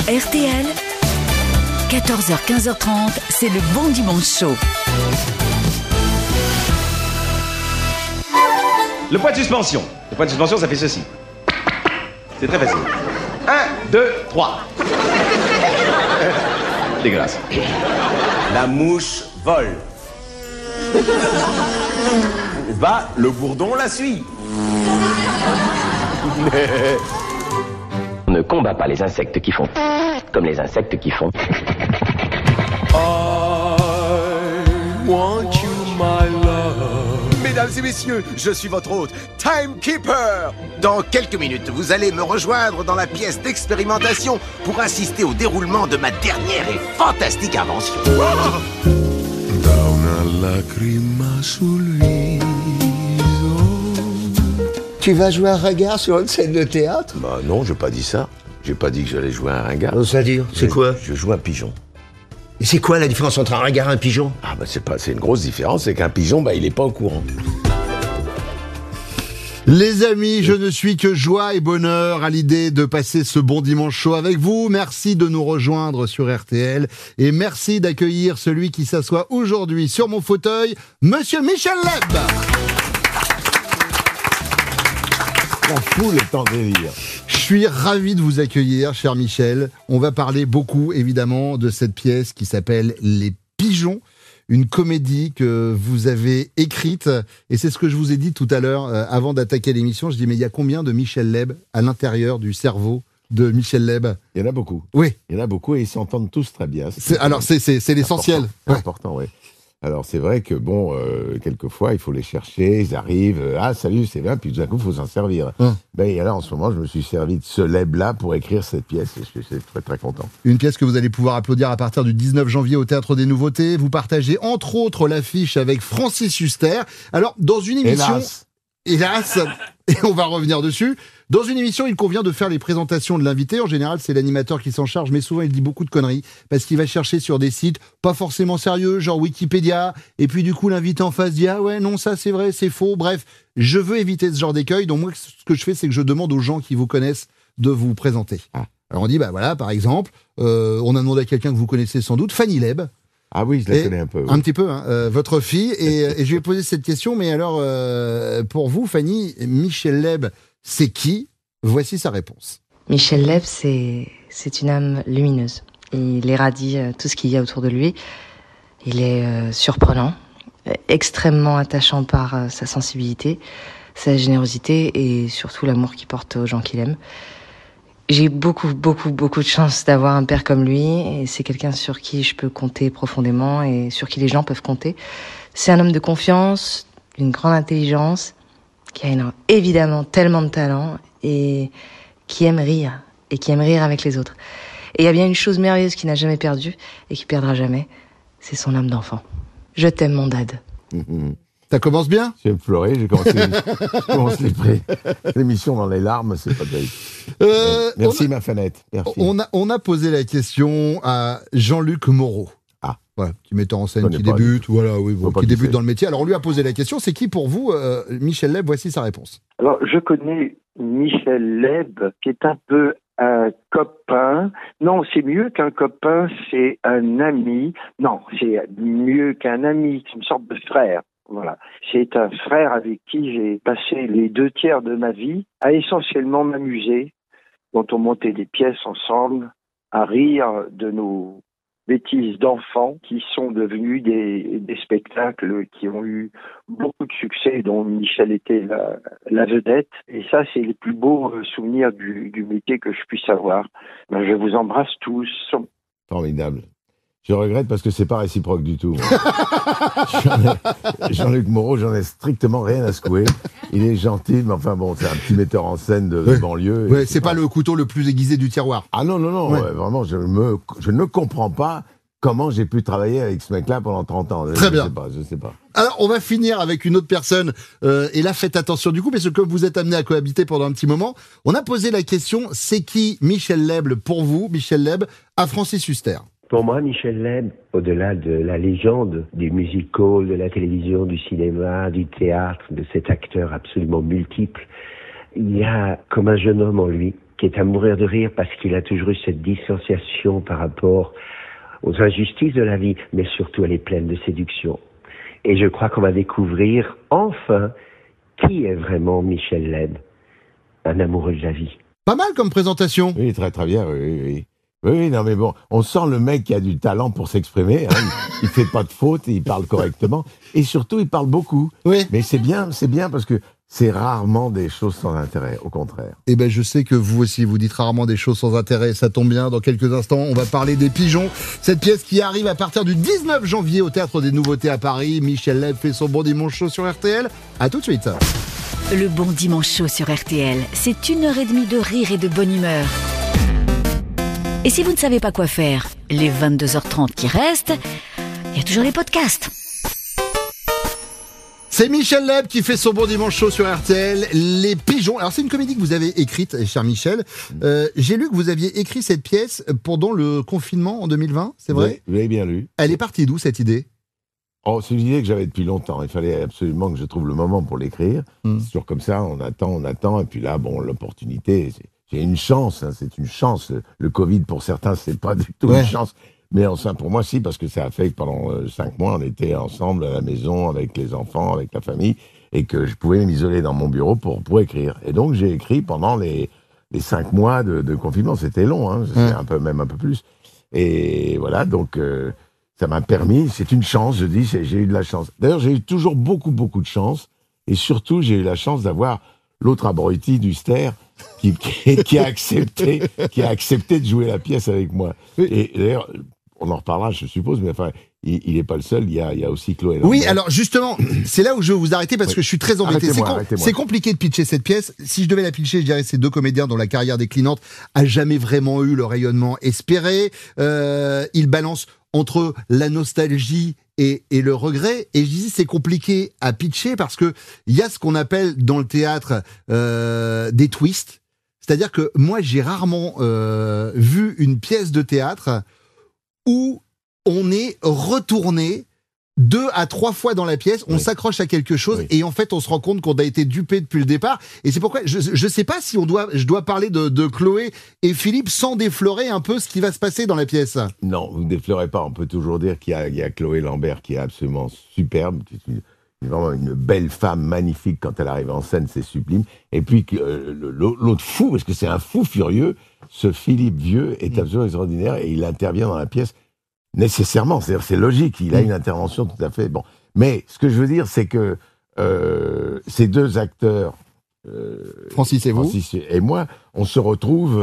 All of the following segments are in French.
RTL, 14h-15h30, c'est le Bon Dimanche Show. Le point de suspension. Le point de suspension, ça fait ceci. C'est très facile. 1, 2, 3. Dégueulasse. La mouche vole. Va, le bourdon la suit. On ne combat pas les insectes qui font comme les insectes qui font. I want you, my love. Mesdames et messieurs, je suis votre hôte, Timekeeper. Dans quelques minutes, vous allez me rejoindre dans la pièce d'expérimentation pour assister au déroulement de ma dernière et fantastique invention. Da una lacrima sul viso. Tu vas jouer un ringard sur une scène de théâtre? Bah non, j'ai pas dit ça. J'ai pas dit que j'allais jouer un ringard. C'est-à-dire, c'est quoi? Je joue un pigeon. Et c'est quoi la différence entre un ringard et un pigeon? Ah bah c'est une grosse différence, c'est qu'un pigeon, bah il est pas au courant. Les amis, je ne suis que joie et bonheur à l'idée de passer ce bon dimanche chaud avec vous. Merci de nous rejoindre sur RTL et merci d'accueillir celui qui s'assoit aujourd'hui sur mon fauteuil, Monsieur Michel Leb. On fout le temps de délire. Je suis ravi de vous accueillir, cher Michel. On va parler beaucoup, évidemment, de cette pièce qui s'appelle Les Pigeons, une comédie que vous avez écrite. Et c'est ce que je vous ai dit tout à l'heure, avant d'attaquer l'émission. Je dis, mais il y a combien de Michel Leb à l'intérieur du cerveau de Michel Leb? Il y en a beaucoup. Oui. Il y en a beaucoup et ils s'entendent tous très bien. C'est l'essentiel. C'est important, oui. Alors c'est vrai que bon, quelquefois il faut les chercher, ils arrivent, ah salut, c'est bien, puis tout d'un coup il faut s'en servir. Ben et là en ce moment je me suis servi de ce Leb-là pour écrire cette pièce et je suis très très content. Une pièce que vous allez pouvoir applaudir à partir du 19 janvier au Théâtre des Nouveautés. Vous partagez entre autres l'affiche avec Francis Huster. Alors dans une émission... Hélas, et on va revenir dessus. Dans une émission, il convient de faire les présentations de l'invité. En général, c'est l'animateur qui s'en charge, mais souvent, il dit beaucoup de conneries parce qu'il va chercher sur des sites pas forcément sérieux, genre Wikipédia. Et puis, du coup, l'invité en face dit « Ah ouais, non, ça, c'est vrai, c'est faux. » Bref, je veux éviter ce genre d'écueil. Donc, moi, ce que je fais, c'est que je demande aux gens qui vous connaissent de vous présenter. Alors, on dit, bah voilà, par exemple, on a demandé à quelqu'un que vous connaissez sans doute, Fanny Leb. Ah oui, je la connais un peu. Oui. Un petit peu, hein, votre fille. Et je vais poser cette question, mais alors, pour vous, Fanny, Michel Leb, c'est qui? Voici sa réponse. Michel Leb, c'est une âme lumineuse. Il irradie tout ce qu'il y a autour de lui. Il est surprenant, extrêmement attachant par sa sensibilité, sa générosité et surtout l'amour qu'il porte aux gens qu'il aime. J'ai beaucoup de chance d'avoir un père comme lui et c'est quelqu'un sur qui je peux compter profondément et sur qui les gens peuvent compter. C'est un homme de confiance, d'une grande intelligence, qui a évidemment tellement de talent et qui aime rire avec les autres. Et il y a bien une chose merveilleuse qu'il n'a jamais perdue et qu'il perdra jamais, c'est son âme d'enfant. Je t'aime mon dad. Ça commence bien? J'ai pleuré, j'ai commencé l'émission dans les larmes, c'est pas terrible. Merci ma fanette. Merci. On a posé la question à Jean-Luc Moreau. Voilà, qui metteur en scène, qui débute, qui débute dans le métier. Alors on lui a posé la question, c'est qui pour vous, Michel Leb? Voici sa réponse. Alors je connais Michel Leb, qui est un peu un copain. Non, c'est mieux qu'un copain, c'est un ami. Non, c'est mieux qu'un ami, c'est une sorte de frère. Voilà. C'est un frère avec qui j'ai passé les 2/3 de ma vie à essentiellement m'amuser, quand on montait des pièces ensemble, à rire de nos bêtises d'enfants qui sont devenus des spectacles qui ont eu beaucoup de succès, dont Michel était la vedette. Et ça, c'est les plus beaux souvenirs du métier que je puisse avoir. Ben, je vous embrasse tous. Formidable. Je regrette parce que c'est pas réciproque du tout. Jean-Luc Moreau, j'en ai strictement rien à secouer. Il est gentil, mais enfin bon, c'est un petit metteur en scène de banlieue. Ouais, c'est pas le couteau le plus aiguisé du tiroir. Ah non, vraiment, je ne comprends pas comment j'ai pu travailler avec ce mec-là pendant 30 ans. Très bien. Je sais pas. Alors, on va finir avec une autre personne. Et là, faites attention du coup, parce que comme vous êtes amené à cohabiter pendant un petit moment, on a posé la question, c'est qui Michel Leb pour vous, Michel Leb, à Francis Huster? Pour moi, Michel Leb, au-delà de la légende du musical, de la télévision, du cinéma, du théâtre, de cet acteur absolument multiple, il y a comme un jeune homme en lui qui est à mourir de rire parce qu'il a toujours eu cette distanciation par rapport aux injustices de la vie, mais surtout elle est pleine de séduction. Et je crois qu'on va découvrir enfin qui est vraiment Michel Leb, un amoureux de la vie. Pas mal comme présentation. Oui, très très bien, oui. Oui, non mais bon, on sent le mec qui a du talent pour s'exprimer, hein. Il fait pas de fautes, il parle correctement, et surtout il parle beaucoup. Oui. Mais c'est bien parce que c'est rarement des choses sans intérêt, au contraire. Eh ben, je sais que vous aussi, vous dites rarement des choses sans intérêt. Ça tombe bien. Dans quelques instants, on va parler des Pigeons. Cette pièce qui arrive à partir du 19 janvier au Théâtre des Nouveautés à Paris. Michel Leb fait son bon dimanche chaud sur RTL. À tout de suite. Le bon dimanche chaud sur RTL, c'est 1h30 de rire et de bonne humeur. Et si vous ne savez pas quoi faire, les 22h30 qui restent, il y a toujours les podcasts. C'est Michel Leb qui fait son bon dimanche chaud sur RTL. Les Pigeons. Alors, c'est une comédie que vous avez écrite, cher Michel. J'ai lu que vous aviez écrit cette pièce pendant le confinement en 2020, c'est vrai ? Oui, vous l'avez bien lu. Elle est partie d'où, cette idée ? Oh, c'est une idée que j'avais depuis longtemps. Il fallait absolument que je trouve le moment pour l'écrire. C'est toujours comme ça, on attend. Et puis là, bon, l'opportunité, c'est une chance. Hein, c'est une chance. Le Covid, pour certains, c'est pas du tout une chance. Mais enfin, pour moi, si, parce que ça a fait que pendant 5 mois, on était ensemble à la maison, avec les enfants, avec la famille, et que je pouvais m'isoler dans mon bureau pour écrire. Et donc, j'ai écrit pendant les 5 mois de confinement. C'était long, hein, même un peu plus. Et voilà, donc, ça m'a permis, c'est une chance, je dis, j'ai eu de la chance. D'ailleurs, j'ai eu toujours beaucoup de chance, et surtout, j'ai eu la chance d'avoir l'autre abruti du Ster qui a accepté de jouer la pièce avec moi. Et d'ailleurs, on en reparlera, je suppose, mais enfin, il n'est pas le seul, il y a aussi Chloé Lambert. Oui, alors justement, c'est là où je veux vous arrêter parce que je suis très embêté. C'est compliqué de pitcher cette pièce. Si je devais la pitcher, je dirais que c'est 2 comédiens dont la carrière déclinante a jamais vraiment eu le rayonnement espéré. Ils balancent entre la nostalgie et le regret. Et je disais, c'est compliqué à pitcher parce que il y a ce qu'on appelle dans le théâtre des twists. C'est-à-dire que moi, j'ai rarement vu une pièce de théâtre où on est retourné 2 à 3 fois dans la pièce, on s'accroche à quelque chose et en fait on se rend compte qu'on a été dupé depuis le départ. Et c'est pourquoi je sais pas si je dois parler de Chloé et Philippe sans déflorer un peu ce qui va se passer dans la pièce. Non, vous ne déflorez pas. On peut toujours dire qu'il y a Chloé Lambert qui est absolument superbe, qui est vraiment une belle femme magnifique quand elle arrive en scène, c'est sublime. Et puis l'autre fou, parce que c'est un fou furieux, ce Philippe Vieux est absolument extraordinaire et il intervient dans la pièce nécessairement, c'est-à-dire c'est logique, il a une intervention tout à fait bon. Mais ce que je veux dire, c'est que ces 2 acteurs, Francis et moi, on se retrouve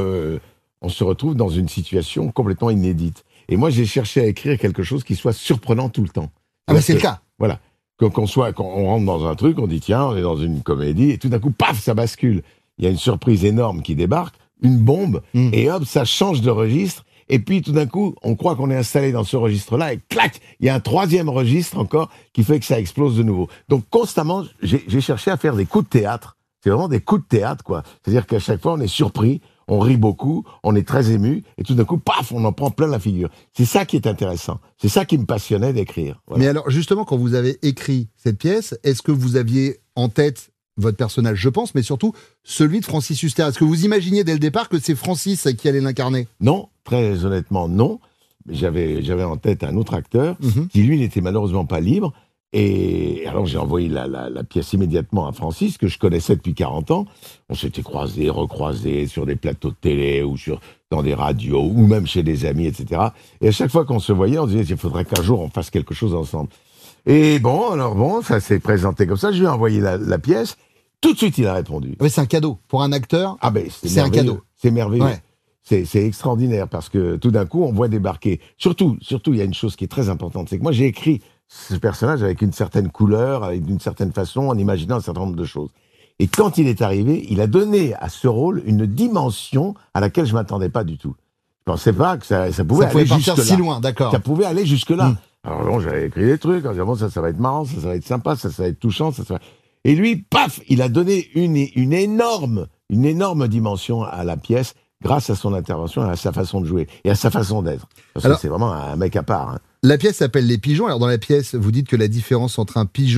dans une situation complètement inédite. Et moi, j'ai cherché à écrire quelque chose qui soit surprenant tout le temps. Ah ben c'est le cas. Voilà. Quand on rentre dans un truc, on dit tiens, on est dans une comédie, et tout d'un coup, paf, ça bascule. Il y a une surprise énorme qui débarque, une bombe, et hop, ça change de registre, et puis tout d'un coup, on croit qu'on est installé dans ce registre-là, et clac, il y a un 3e registre encore qui fait que ça explose de nouveau. Donc constamment, j'ai cherché à faire des coups de théâtre. C'est vraiment des coups de théâtre, quoi. C'est-à-dire qu'à chaque fois, on est surpris, on rit beaucoup, on est très ému, et tout d'un coup, paf, on en prend plein la figure. C'est ça qui est intéressant. C'est ça qui me passionnait d'écrire. Voilà. Mais alors, justement, quand vous avez écrit cette pièce, est-ce que vous aviez en tête votre personnage, je pense, mais surtout celui de Francis Huster? Est-ce que vous imaginiez dès le départ que c'est Francis qui allait l'incarner? Non, très honnêtement, non. J'avais en tête un autre acteur qui, lui, n'était malheureusement pas libre. Et alors j'ai envoyé la pièce immédiatement à Francis, que je connaissais depuis 40 ans. On s'était croisés, recroisés sur des plateaux de télé ou dans des radios ou même chez des amis, etc. Et à chaque fois qu'on se voyait, on disait il faudrait qu'un jour on fasse quelque chose ensemble. Et bon, ça s'est présenté comme ça. Je lui ai envoyé la pièce. Tout de suite, il a répondu. Mais c'est un cadeau pour un acteur. Ah ben c'est un cadeau. C'est merveilleux. Ouais. C'est extraordinaire parce que tout d'un coup, on voit débarquer. Surtout, il y a une chose qui est très importante, c'est que moi j'ai écrit ce personnage avec une certaine couleur, avec d'une certaine façon, en imaginant un certain nombre de choses. Et quand il est arrivé, il a donné à ce rôle une dimension à laquelle je m'attendais pas du tout. Je pensais pas que ça pouvait aller jusque-là. Si loin, d'accord. Ça pouvait aller jusque-là. Alors bon, j'avais écrit des trucs en disant bon, ça va être marrant, ça va être sympa, ça va être touchant, Et lui, paf, il a donné une énorme dimension à la pièce grâce à son intervention, à sa façon de jouer et à sa façon d'être. Parce que c'est vraiment un mec à part. Hein. La pièce s'appelle Les Pigeons. Alors dans la pièce, vous dites que la différence entre un pigeon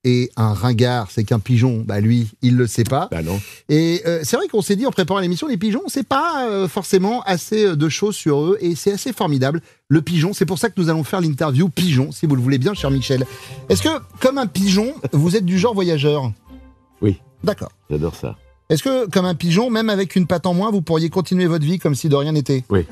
est un ringard, c'est qu'un pigeon, lui, il le sait pas. Bah non. Et c'est vrai qu'on s'est dit en préparant l'émission, les pigeons, c'est pas forcément assez de choses sur eux, et c'est assez formidable. Le pigeon, c'est pour ça que nous allons faire l'interview pigeon, si vous le voulez bien, cher Michel. Est-ce que, comme un pigeon, vous êtes du genre voyageur ? Oui. D'accord. J'adore ça. Est-ce que, comme un pigeon, même avec une patte en moins, vous pourriez continuer votre vie comme si de rien n'était ? Oui.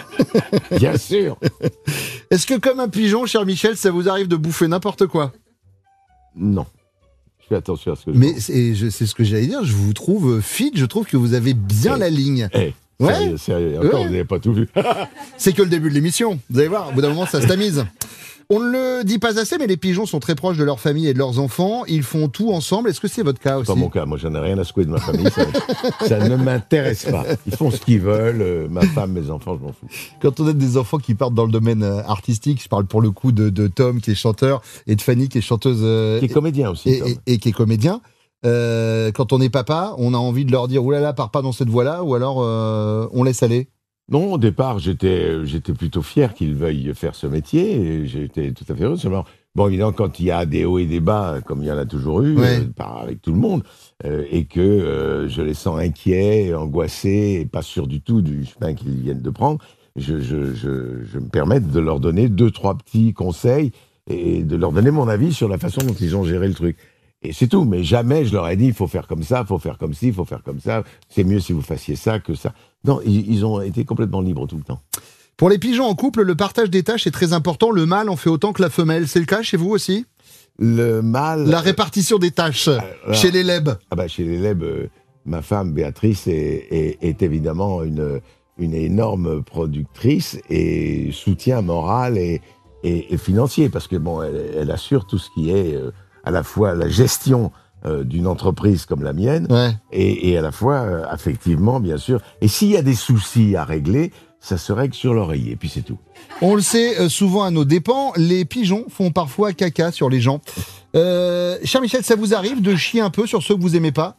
Bien sûr. Est-ce que, comme un pigeon, cher Michel, ça vous arrive de bouffer n'importe quoi ? Non. Je fais attention à ce que je Mais pense. c'est ce que j'allais dire, je vous trouve fit, je trouve que vous avez bien la ligne. Ouais. Sérieux, encore, vous n'avez pas tout vu. C'est que le début de l'émission. Vous allez voir, au bout d'un moment, ça se tamise. On ne le dit pas assez, mais les pigeons sont très proches de leur famille et de leurs enfants. Ils font tout ensemble. Est-ce que c'est votre cas aussi ? C'est pas mon cas. Moi, j'en ai rien à secouer de ma famille. Ça ne m'intéresse pas. Ils font ce qu'ils veulent. Ma femme, mes enfants, je m'en fous. Quand on a des enfants qui partent dans le domaine artistique, je parle pour le coup de Tom, qui est chanteur, et de Fanny, qui est chanteuse... qui est comédien aussi, Tom. Et qui est comédien. Quand on est papa, on a envie de leur dire « Oulala, pars pas dans cette voie-là » ou alors on laisse aller. Non, au départ, j'étais plutôt fier qu'ils veuillent faire ce métier, et j'étais tout à fait heureux. Seulement, bon, évidemment, quand il y a des hauts et des bas, comme il y en a toujours eu, avec tout le monde, et que je les sens inquiets, angoissés, et pas sûrs du tout du chemin qu'ils viennent de prendre, je me permets de leur donner 2-3 petits conseils, et de leur donner mon avis sur la façon dont ils ont géré le truc. Et c'est tout, mais jamais je leur ai dit il faut faire comme ça, il faut faire comme ci, il faut faire comme ça, c'est mieux si vous fassiez ça que ça. Non, ils ont été complètement libres tout le temps. Pour les pigeons en couple, le partage des tâches est très important. Le mâle en fait autant que la femelle. C'est le cas chez vous aussi ? Le mâle... La répartition des tâches chez les lèbes. Chez les lèbes, ma femme Béatrice est évidemment une énorme productrice et soutien moral et financier, parce que bon, elle assure tout ce qui est... à la fois la gestion d'une entreprise comme la mienne, et à la fois, affectivement, bien sûr. Et s'il y a des soucis à régler, ça se règle sur l'oreiller, et puis c'est tout. On le sait souvent à nos dépens, les pigeons font parfois caca sur les gens. Cher Michel, ça vous arrive de chier un peu sur ceux que vous aimez pas ?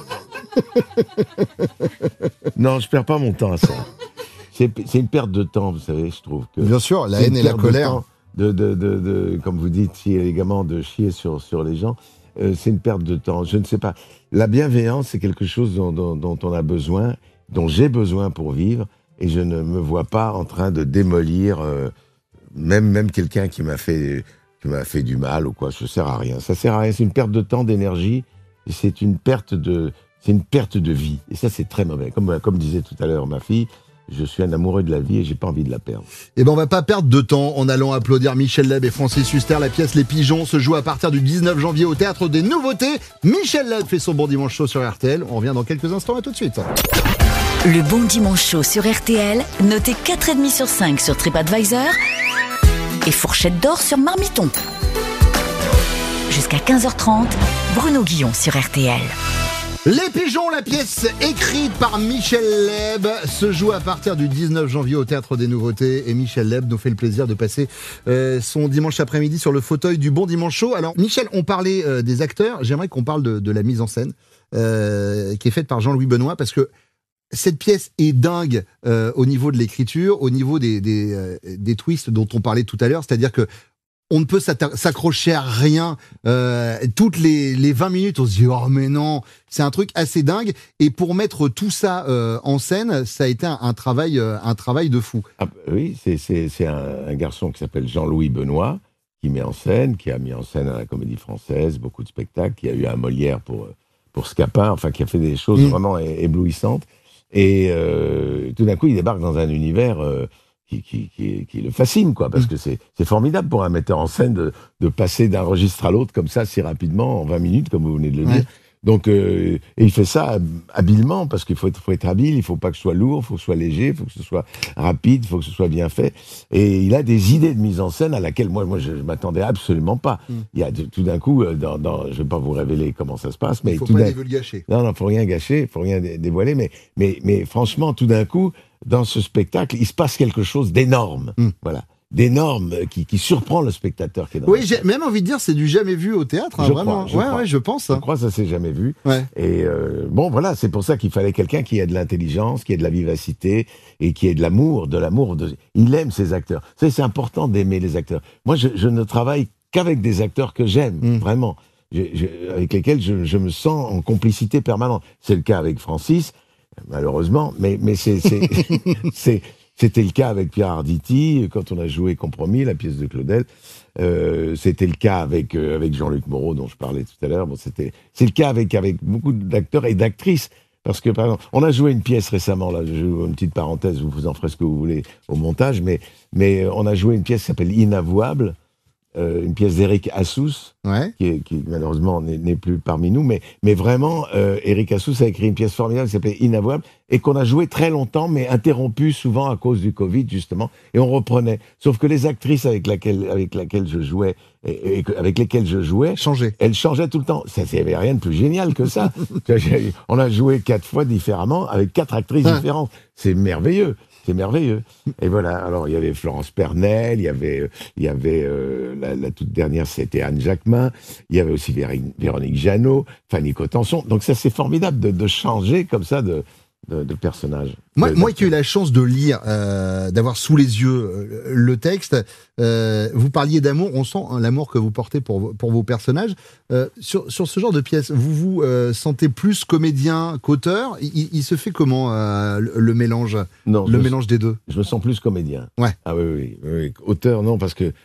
Non, je perds pas mon temps à ça. C'est une perte de temps, vous savez, je trouve. Bien sûr, la haine et la colère. Comme vous dites si élégamment, de chier sur les gens, c'est une perte de temps. Je ne sais pas. La bienveillance, c'est quelque chose dont on a besoin, dont j'ai besoin pour vivre, et je ne me vois pas en train de démolir même quelqu'un qui m'a fait du mal ou quoi. Ça sert à rien. Ça sert à rien. C'est une perte de temps, d'énergie, et c'est une perte de vie. Et ça, c'est très mauvais. Comme disait tout à l'heure ma fille, je suis un amoureux de la vie et j'ai pas envie de la perdre. Eh ben, on va pas perdre de temps en allant applaudir Michel Leb et Francis Huster. La pièce Les Pigeons se joue à partir du 19 janvier au Théâtre des Nouveautés. Michel Leb fait son Bon Dimanche Show sur RTL. On revient dans quelques instants, à tout de suite. Le Bon Dimanche Show sur RTL, noté 4,5 sur 5 sur TripAdvisor et fourchette d'or sur Marmiton. Jusqu'à 15h30, Bruno Guillon sur RTL. Les Pigeons, la pièce écrite par Michel Leb, se joue à partir du 19 janvier au Théâtre des Nouveautés. Et Michel Leb nous fait le plaisir de passer son dimanche après-midi sur le fauteuil du Bon Dimanche Show. Alors, Michel, on parlait des acteurs. J'aimerais qu'on parle de la mise en scène qui est faite par Jean-Louis Benoît, parce que cette pièce est dingue au niveau de l'écriture, au niveau des twists dont on parlait tout à l'heure. C'est-à-dire que on ne peut s'accrocher à rien. Toutes les 20 minutes, on se dit « Oh, mais non !» C'est un truc assez dingue. Et pour mettre tout ça en scène, ça a été un travail de fou. Ah, oui, c'est un garçon qui s'appelle Jean-Louis Benoît, qui met en scène, qui a mis en scène à la Comédie Française beaucoup de spectacles, qui a eu un Molière pour Scapin, enfin, qui a fait des choses vraiment éblouissantes. Et tout d'un coup, il débarque dans un univers... qui le fascine, quoi, parce que c'est formidable pour un metteur en scène de passer d'un registre à l'autre comme ça, si rapidement, en 20 minutes, comme vous venez de le dire. Donc, et il fait ça habilement, parce qu'il faut être habile, il faut pas que ce soit lourd, il faut que ce soit léger, il faut que ce soit rapide, il faut que ce soit bien fait. Et il a des idées de mise en scène à laquelle moi je m'attendais absolument pas. Il y a tout d'un coup, je vais pas vous révéler comment ça se passe, mais il faut pas gâcher. Non, faut rien gâcher, faut rien dévoiler, mais franchement, tout d'un coup, dans ce spectacle, il se passe quelque chose d'énorme. Voilà. D'énorme, qui surprend le spectateur. Qui est dans j'ai même envie de dire, c'est du jamais vu au théâtre, hein, vraiment. Je pense. Je crois que ça s'est jamais vu. Et bon, voilà, c'est pour ça qu'il fallait quelqu'un qui ait de l'intelligence, qui ait de la vivacité, et qui ait de l'amour. Il aime ses acteurs. Vous savez, c'est important d'aimer les acteurs. Moi, je ne travaille qu'avec des acteurs que j'aime, vraiment. avec lesquels je me sens en complicité permanente. C'est le cas avec Francis, malheureusement, mais c'était le cas avec Pierre Arditi, quand on a joué Compromis, la pièce de Claudel. C'était le cas avec Jean-Luc Moreau, dont je parlais tout à l'heure. Bon, c'est le cas avec beaucoup d'acteurs et d'actrices. Parce que, par exemple, on a joué une pièce récemment, là, je joue une petite parenthèse, vous en ferez ce que vous voulez au montage, mais on a joué une pièce qui s'appelle Inavouable, une pièce d'Éric Assous, qui malheureusement n'est plus parmi nous, mais vraiment, Éric Assous a écrit une pièce formidable qui s'appelait Inavouable, et qu'on a joué très longtemps, mais interrompue souvent à cause du Covid, justement, et on reprenait. Sauf que les actrices avec lesquelles je jouais, elles changeaient tout le temps. Il n'y avait rien de plus génial que ça. On a joué 4 fois différemment, avec 4 actrices différentes. C'est merveilleux. C'est merveilleux. Et voilà. Alors, il y avait Florence Pernel, il y avait la toute dernière, c'était Anne Jacquemin. Il y avait aussi Véronique Jeannot, Fanny Cotenson. Donc ça, c'est formidable de changer comme ça de personnages. Moi qui ai eu la chance de lire, d'avoir sous les yeux le texte, vous parliez d'amour, on sent l'amour que vous portez pour vos personnages. Sur ce genre de pièce, vous vous sentez plus comédien qu'auteur? Il se fait comment le mélange, mélange des deux? Je me sens plus comédien. Ouais. Ah oui. Auteur, non, parce que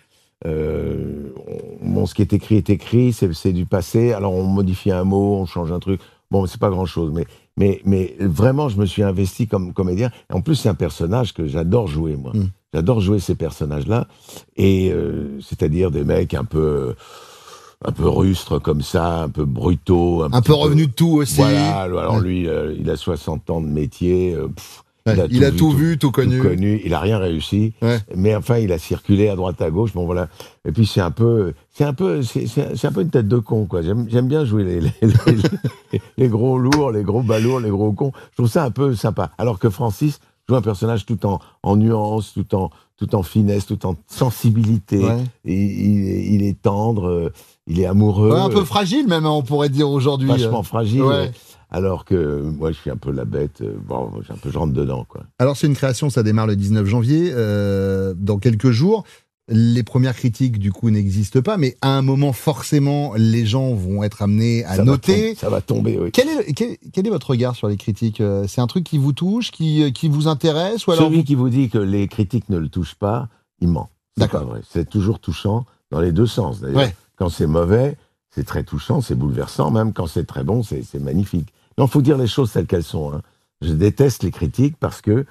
ce qui est écrit, c'est du passé. Alors on modifie un mot, on change un truc. Bon, c'est pas grand-chose, mais vraiment, je me suis investi comme comédien. En plus, c'est un personnage que j'adore jouer, moi. J'adore jouer ces personnages-là, et c'est-à-dire des mecs un peu rustres comme ça, un peu brutaux. Un peu revenus de tout aussi. Voilà, alors lui, il a 60 ans de métier, il a tout vu, tout connu. Il a rien réussi, mais enfin, il a circulé à droite à gauche. Bon voilà. Et puis c'est un peu une tête de con, quoi. J'aime bien jouer les gros lourds, les gros balourds, les gros cons. Je trouve ça un peu sympa. Alors que Francis joue un personnage tout en nuances, tout en finesse, tout en sensibilité. Il est tendre, il est amoureux. Un peu fragile même, on pourrait dire aujourd'hui. Vachement fragile. Alors que moi, je suis un peu la bête, je rentre dedans, quoi. Alors, c'est une création, ça démarre le 19 janvier, dans quelques jours. Les premières critiques, du coup, n'existent pas, mais à un moment, forcément, les gens vont être amenés à noter. Ça va tomber, oui. Quel est votre regard sur les critiques? C'est un truc qui vous touche, qui vous intéresse, ou alors Celui qui vous dit que les critiques ne le touchent pas, il ment. C'est pas vrai. C'est toujours touchant, dans les deux sens, d'ailleurs. Ouais. Quand c'est mauvais, c'est très touchant, c'est bouleversant, même quand c'est très bon, c'est magnifique. Non, faut dire les choses telles qu'elles sont. Hein. Je déteste les critiques parce que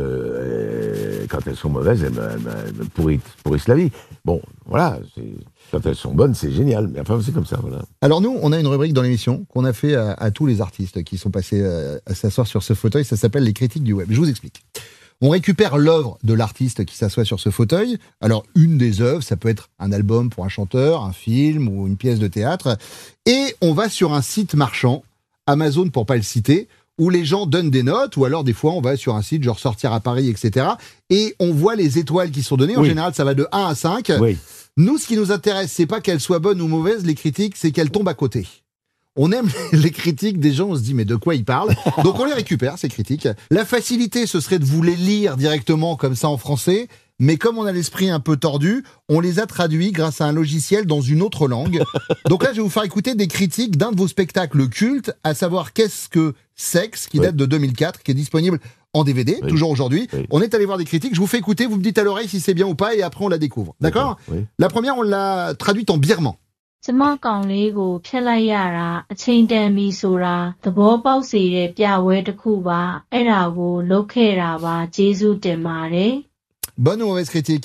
quand elles sont mauvaises, elles me pourrissent la vie. Bon, voilà. Quand elles sont bonnes, c'est génial. Mais enfin, c'est comme ça, voilà. Alors nous, on a une rubrique dans l'émission qu'on a fait à tous les artistes qui sont passés à s'asseoir sur ce fauteuil. Ça s'appelle les critiques du web. Je vous explique. On récupère l'œuvre de l'artiste qui s'assoit sur ce fauteuil. Alors, une des œuvres, ça peut être un album pour un chanteur, un film ou une pièce de théâtre. Et on va sur un site marchand, Amazon pour pas le citer, où les gens donnent des notes, ou alors des fois on va sur un site genre Sortir à Paris, etc. Et on voit les étoiles qui sont données. En général, ça va de 1 à 5. Oui. Nous, ce qui nous intéresse, c'est pas qu'elles soient bonnes ou mauvaises, les critiques, c'est qu'elles tombent à côté. On aime les critiques des gens, on se dit mais de quoi ils parlent? Donc on les récupère, ces critiques. La facilité, ce serait de vous les lire directement comme ça en français, mais comme on a l'esprit un peu tordu, on les a traduits grâce à un logiciel dans une autre langue. Donc là, je vais vous faire écouter des critiques d'un de vos spectacles cultes, à savoir Qu'est-ce que Sexe, qui date de 2004, qui est disponible en DVD, toujours aujourd'hui. On est allé voir des critiques, je vous fais écouter, vous me dites à l'oreille si c'est bien ou pas, et après on la découvre. D'accord? La première, on l'a traduite en birman. ကျမကောင်လေးကိုဖျက်လိုက်ရတာအချိန်တန်ပြီဆိုတာသဘောပေါက်စေတဲ့ပြပွဲတစ်ခုပါအဲ့ဒါကိုလုပ်ခဲ့တာပါကျေးဇူးတင်ပါတယ် Bonne ou mauvaise critique?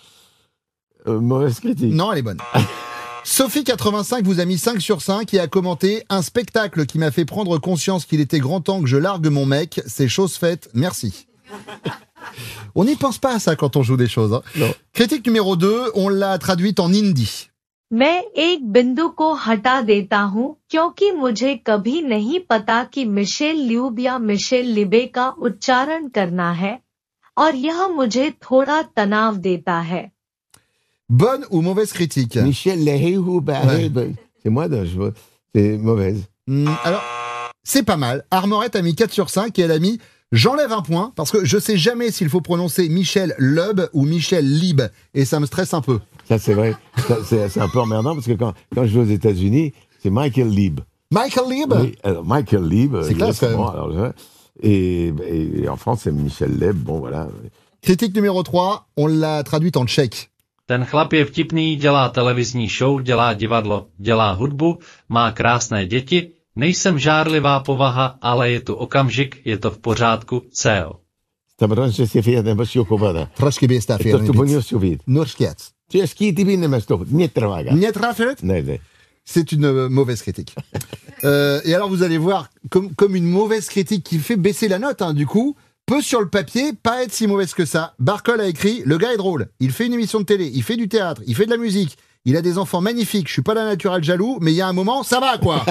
Mauvaise critique. Non, elle est bonne. Sophie 85 vous a mis 5 sur 5 et a commenté un spectacle qui m'a fait prendre conscience qu'il était grand temps que je largue mon mec, c'est chose faite, merci. On n'y pense pas à ça quand on joue des choses. Hein. Non. Critique numéro 2, on l'a traduite en hindi. मैं एक बिंदु को हटा देता हूँ क्योंकि मुझे कभी नहीं पता कि मिशेल ल्यूब या मिशेल लिबे का उच्चारण करना है और यह मुझे थोड़ा तनाव देता है. Bonne ou mauvaise critique? Michel Lehoub, c'est moi, c'est mauvaise. Alors, c'est pas mal. Armorette a mis 4 sur 5 et elle a mis j'enlève un point parce que je sais jamais s'il faut prononcer Michel Lub ou Michel Lib et ça me stresse un peu. Ça, c'est vrai. C'est un peu emmerdant parce que quand je vais aux États-Unis, C'est Michael Lieb. Michael Lieb. Oui, alors Michael Lieb. C'est classe, quand même. Alors, et en France, c'est Michel Leb. Bon, voilà. Critique numéro 3, on l'a traduite en tchèque. Ten chlap je vtipný, dělá televizní show, dělá divadlo, dělá hudbu, má krásné děti, nejsem žárlivá povaha, ale je tu okamžik, je to v pořádku, CEO. Trošku by jste firmy. Norskets. C'est une mauvaise critique. Et alors vous allez voir, comme une mauvaise critique qui fait baisser la note, hein, du coup, peut sur le papier pas être si mauvaise que ça. Barcol a écrit, le gars est drôle, il fait une émission de télé, il fait du théâtre, il fait de la musique, il a des enfants magnifiques, je suis pas d'un naturel jaloux, mais il y a un moment, ça va quoi.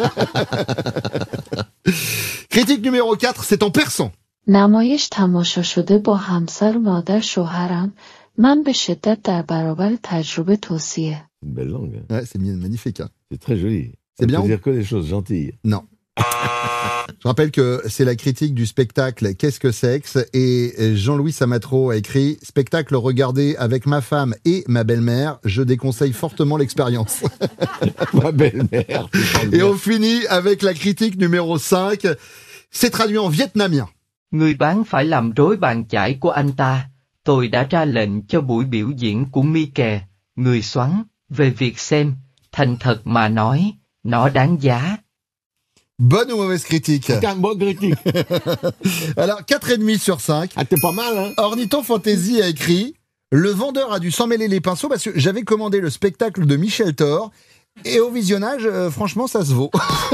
Critique numéro 4, c'est en persan. نمایش تماشا شده با همسر مادر شوهرم من به شدت در برابر تجربه توصیه. Une belle langue. Hein. Ouais, c'est magnifique. Hein. C'est très joli. C'est bien. On peut dire que des choses gentilles. Non. Je rappelle que c'est la critique du spectacle Qu'est-ce que sexe et Jean-Louis Samatro a écrit spectacle regardé avec ma femme et ma belle-mère, je déconseille fortement l'expérience. Ma belle-mère. Et on finit avec la critique numéro 5. C'est traduit en vietnamien. Người bán phải làm rối bàn chải của anh ta. Tôi đã ra lệnh cho buổi biểu diễn của Mike, người xoắn, về việc xem, thành thật mà nói, nó đáng giá. Bonne ou mauvaise critique? C'est une bonne critique. Alors, 4,5 sur 5. Ah, t'es pas mal, hein? Orniton Fantasy a écrit le vendeur a dû s'en mêler les pinceaux parce que j'avais commandé le spectacle de Michel Thor. Et au visionnage, franchement, ça se vaut.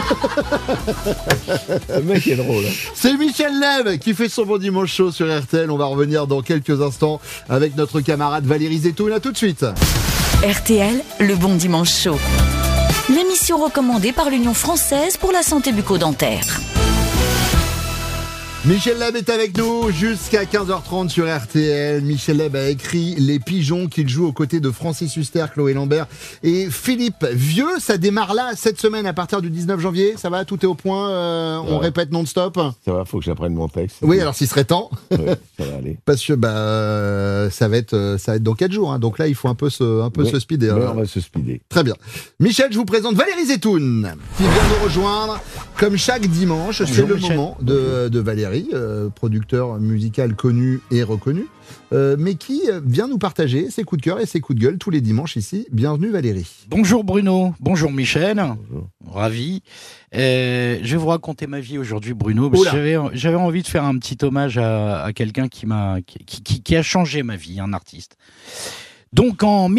Le mec est drôle. Hein. C'est Michel Leb qui fait son bon dimanche chaud sur RTL. On va revenir dans quelques instants avec notre camarade Valérie Zetoun. À tout de suite. RTL, le bon dimanche chaud. L'émission recommandée par l'Union française pour la santé bucco-dentaire. Michel Leb est avec nous jusqu'à 15h30 sur RTL. Michel Leb a écrit Les Pigeons qu'il joue aux côtés de Francis Huster, Chloé Lambert et Philippe Vieux. Ça démarre là cette semaine à partir du 19 janvier. Ça va, tout est au point, on répète non-stop. Ça va, faut que j'apprenne mon texte. Oui, alors s'il serait temps. Ouais, ça va aller. Parce que ça va être dans 4 jours. Hein. Donc là, il faut un peu se speeder. Ouais, on va se speeder. Très bien. Michel, je vous présente Valérie Zetoun qui vient nous rejoindre comme chaque dimanche. C'est le moment de Valérie. Producteur musical connu et reconnu, mais qui vient nous partager ses coups de cœur et ses coups de gueule tous les dimanches ici. Bienvenue Valérie. Bonjour Bruno, bonjour Michel, bonjour. Ravi. Je vais vous raconter ma vie aujourd'hui Bruno, parce que j'avais envie de faire un petit hommage à quelqu'un qui a changé ma vie, un artiste. Donc en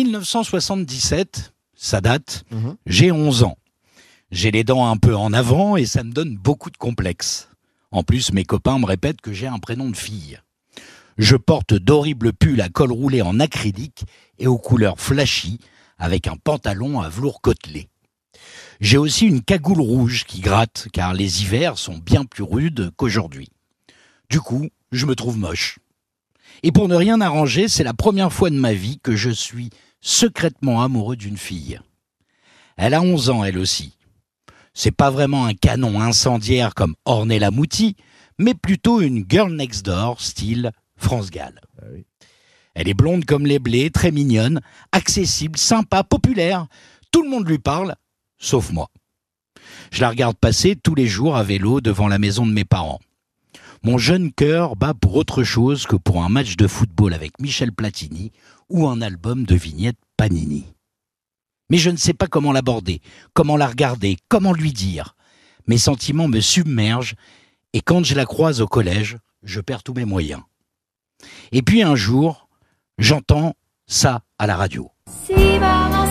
1977, ça date, j'ai 11 ans. J'ai les dents un peu en avant et ça me donne beaucoup de complexes. En plus, mes copains me répètent que j'ai un prénom de fille. Je porte d'horribles pulls à col roulé en acrylique et aux couleurs flashy, avec un pantalon à velours côtelé. J'ai aussi une cagoule rouge qui gratte, car les hivers sont bien plus rudes qu'aujourd'hui. Du coup, je me trouve moche. Et pour ne rien arranger, c'est la première fois de ma vie que je suis secrètement amoureux d'une fille. Elle a 11 ans, elle aussi. C'est pas vraiment un canon incendiaire comme Ornella Muti, mais plutôt une girl next door style France Gall. Ah oui. Elle est blonde comme les blés, très mignonne, accessible, sympa, populaire. Tout le monde lui parle, sauf moi. Je la regarde passer tous les jours à vélo devant la maison de mes parents. Mon jeune cœur bat pour autre chose que pour un match de football avec Michel Platini ou un album de vignettes Panini. Mais je ne sais pas comment l'aborder, comment la regarder, comment lui dire. Mes sentiments me submergent et quand je la croise au collège, je perds tous mes moyens. Et puis un jour, j'entends ça à la radio. Si maman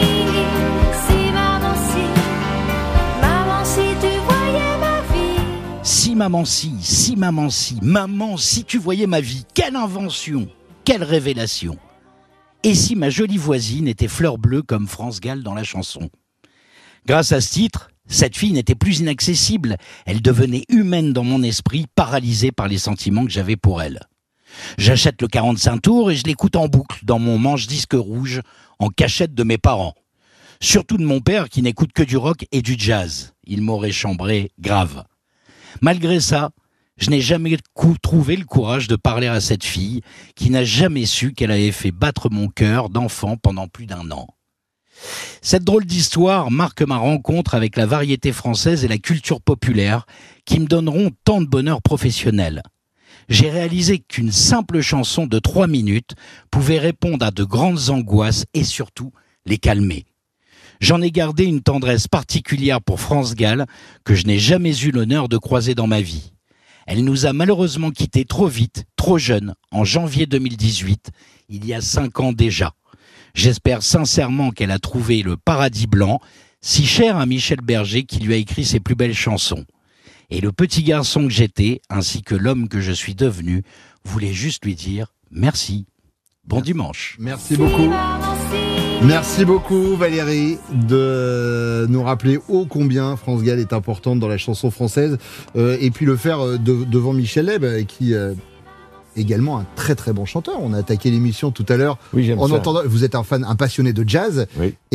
si tu voyais ma vie. Si maman si tu voyais ma vie, quelle invention, quelle révélation. Et si ma jolie voisine était fleur bleue comme France Gall dans la chanson. Grâce à ce titre, cette fille n'était plus inaccessible. Elle devenait humaine dans mon esprit, paralysée par les sentiments que j'avais pour elle. J'achète le 45 tours et je l'écoute en boucle dans mon manche-disque rouge en cachette de mes parents. Surtout de mon père qui n'écoute que du rock et du jazz. Il m'aurait chambré grave. Malgré ça, je n'ai jamais trouvé le courage de parler à cette fille qui n'a jamais su qu'elle avait fait battre mon cœur d'enfant pendant plus d'1 an. Cette drôle d'histoire marque ma rencontre avec la variété française et la culture populaire qui me donneront tant de bonheur professionnel. J'ai réalisé qu'une simple chanson de 3 minutes pouvait répondre à de grandes angoisses et surtout les calmer. J'en ai gardé une tendresse particulière pour France Gall que je n'ai jamais eu l'honneur de croiser dans ma vie. Elle nous a malheureusement quittés trop vite, trop jeunes, en janvier 2018, il y a 5 ans déjà. J'espère sincèrement qu'elle a trouvé le paradis blanc, si cher à Michel Berger qui lui a écrit ses plus belles chansons. Et le petit garçon que j'étais, ainsi que l'homme que je suis devenu, voulait juste lui dire merci. Bon dimanche. Merci beaucoup. Merci beaucoup Valérie de nous rappeler ô combien France Gall est importante dans la chanson française et puis le faire devant Michel Leb qui également un très très bon chanteur. On a attaqué l'émission tout à l'heure en entendant. Vous êtes un passionné de jazz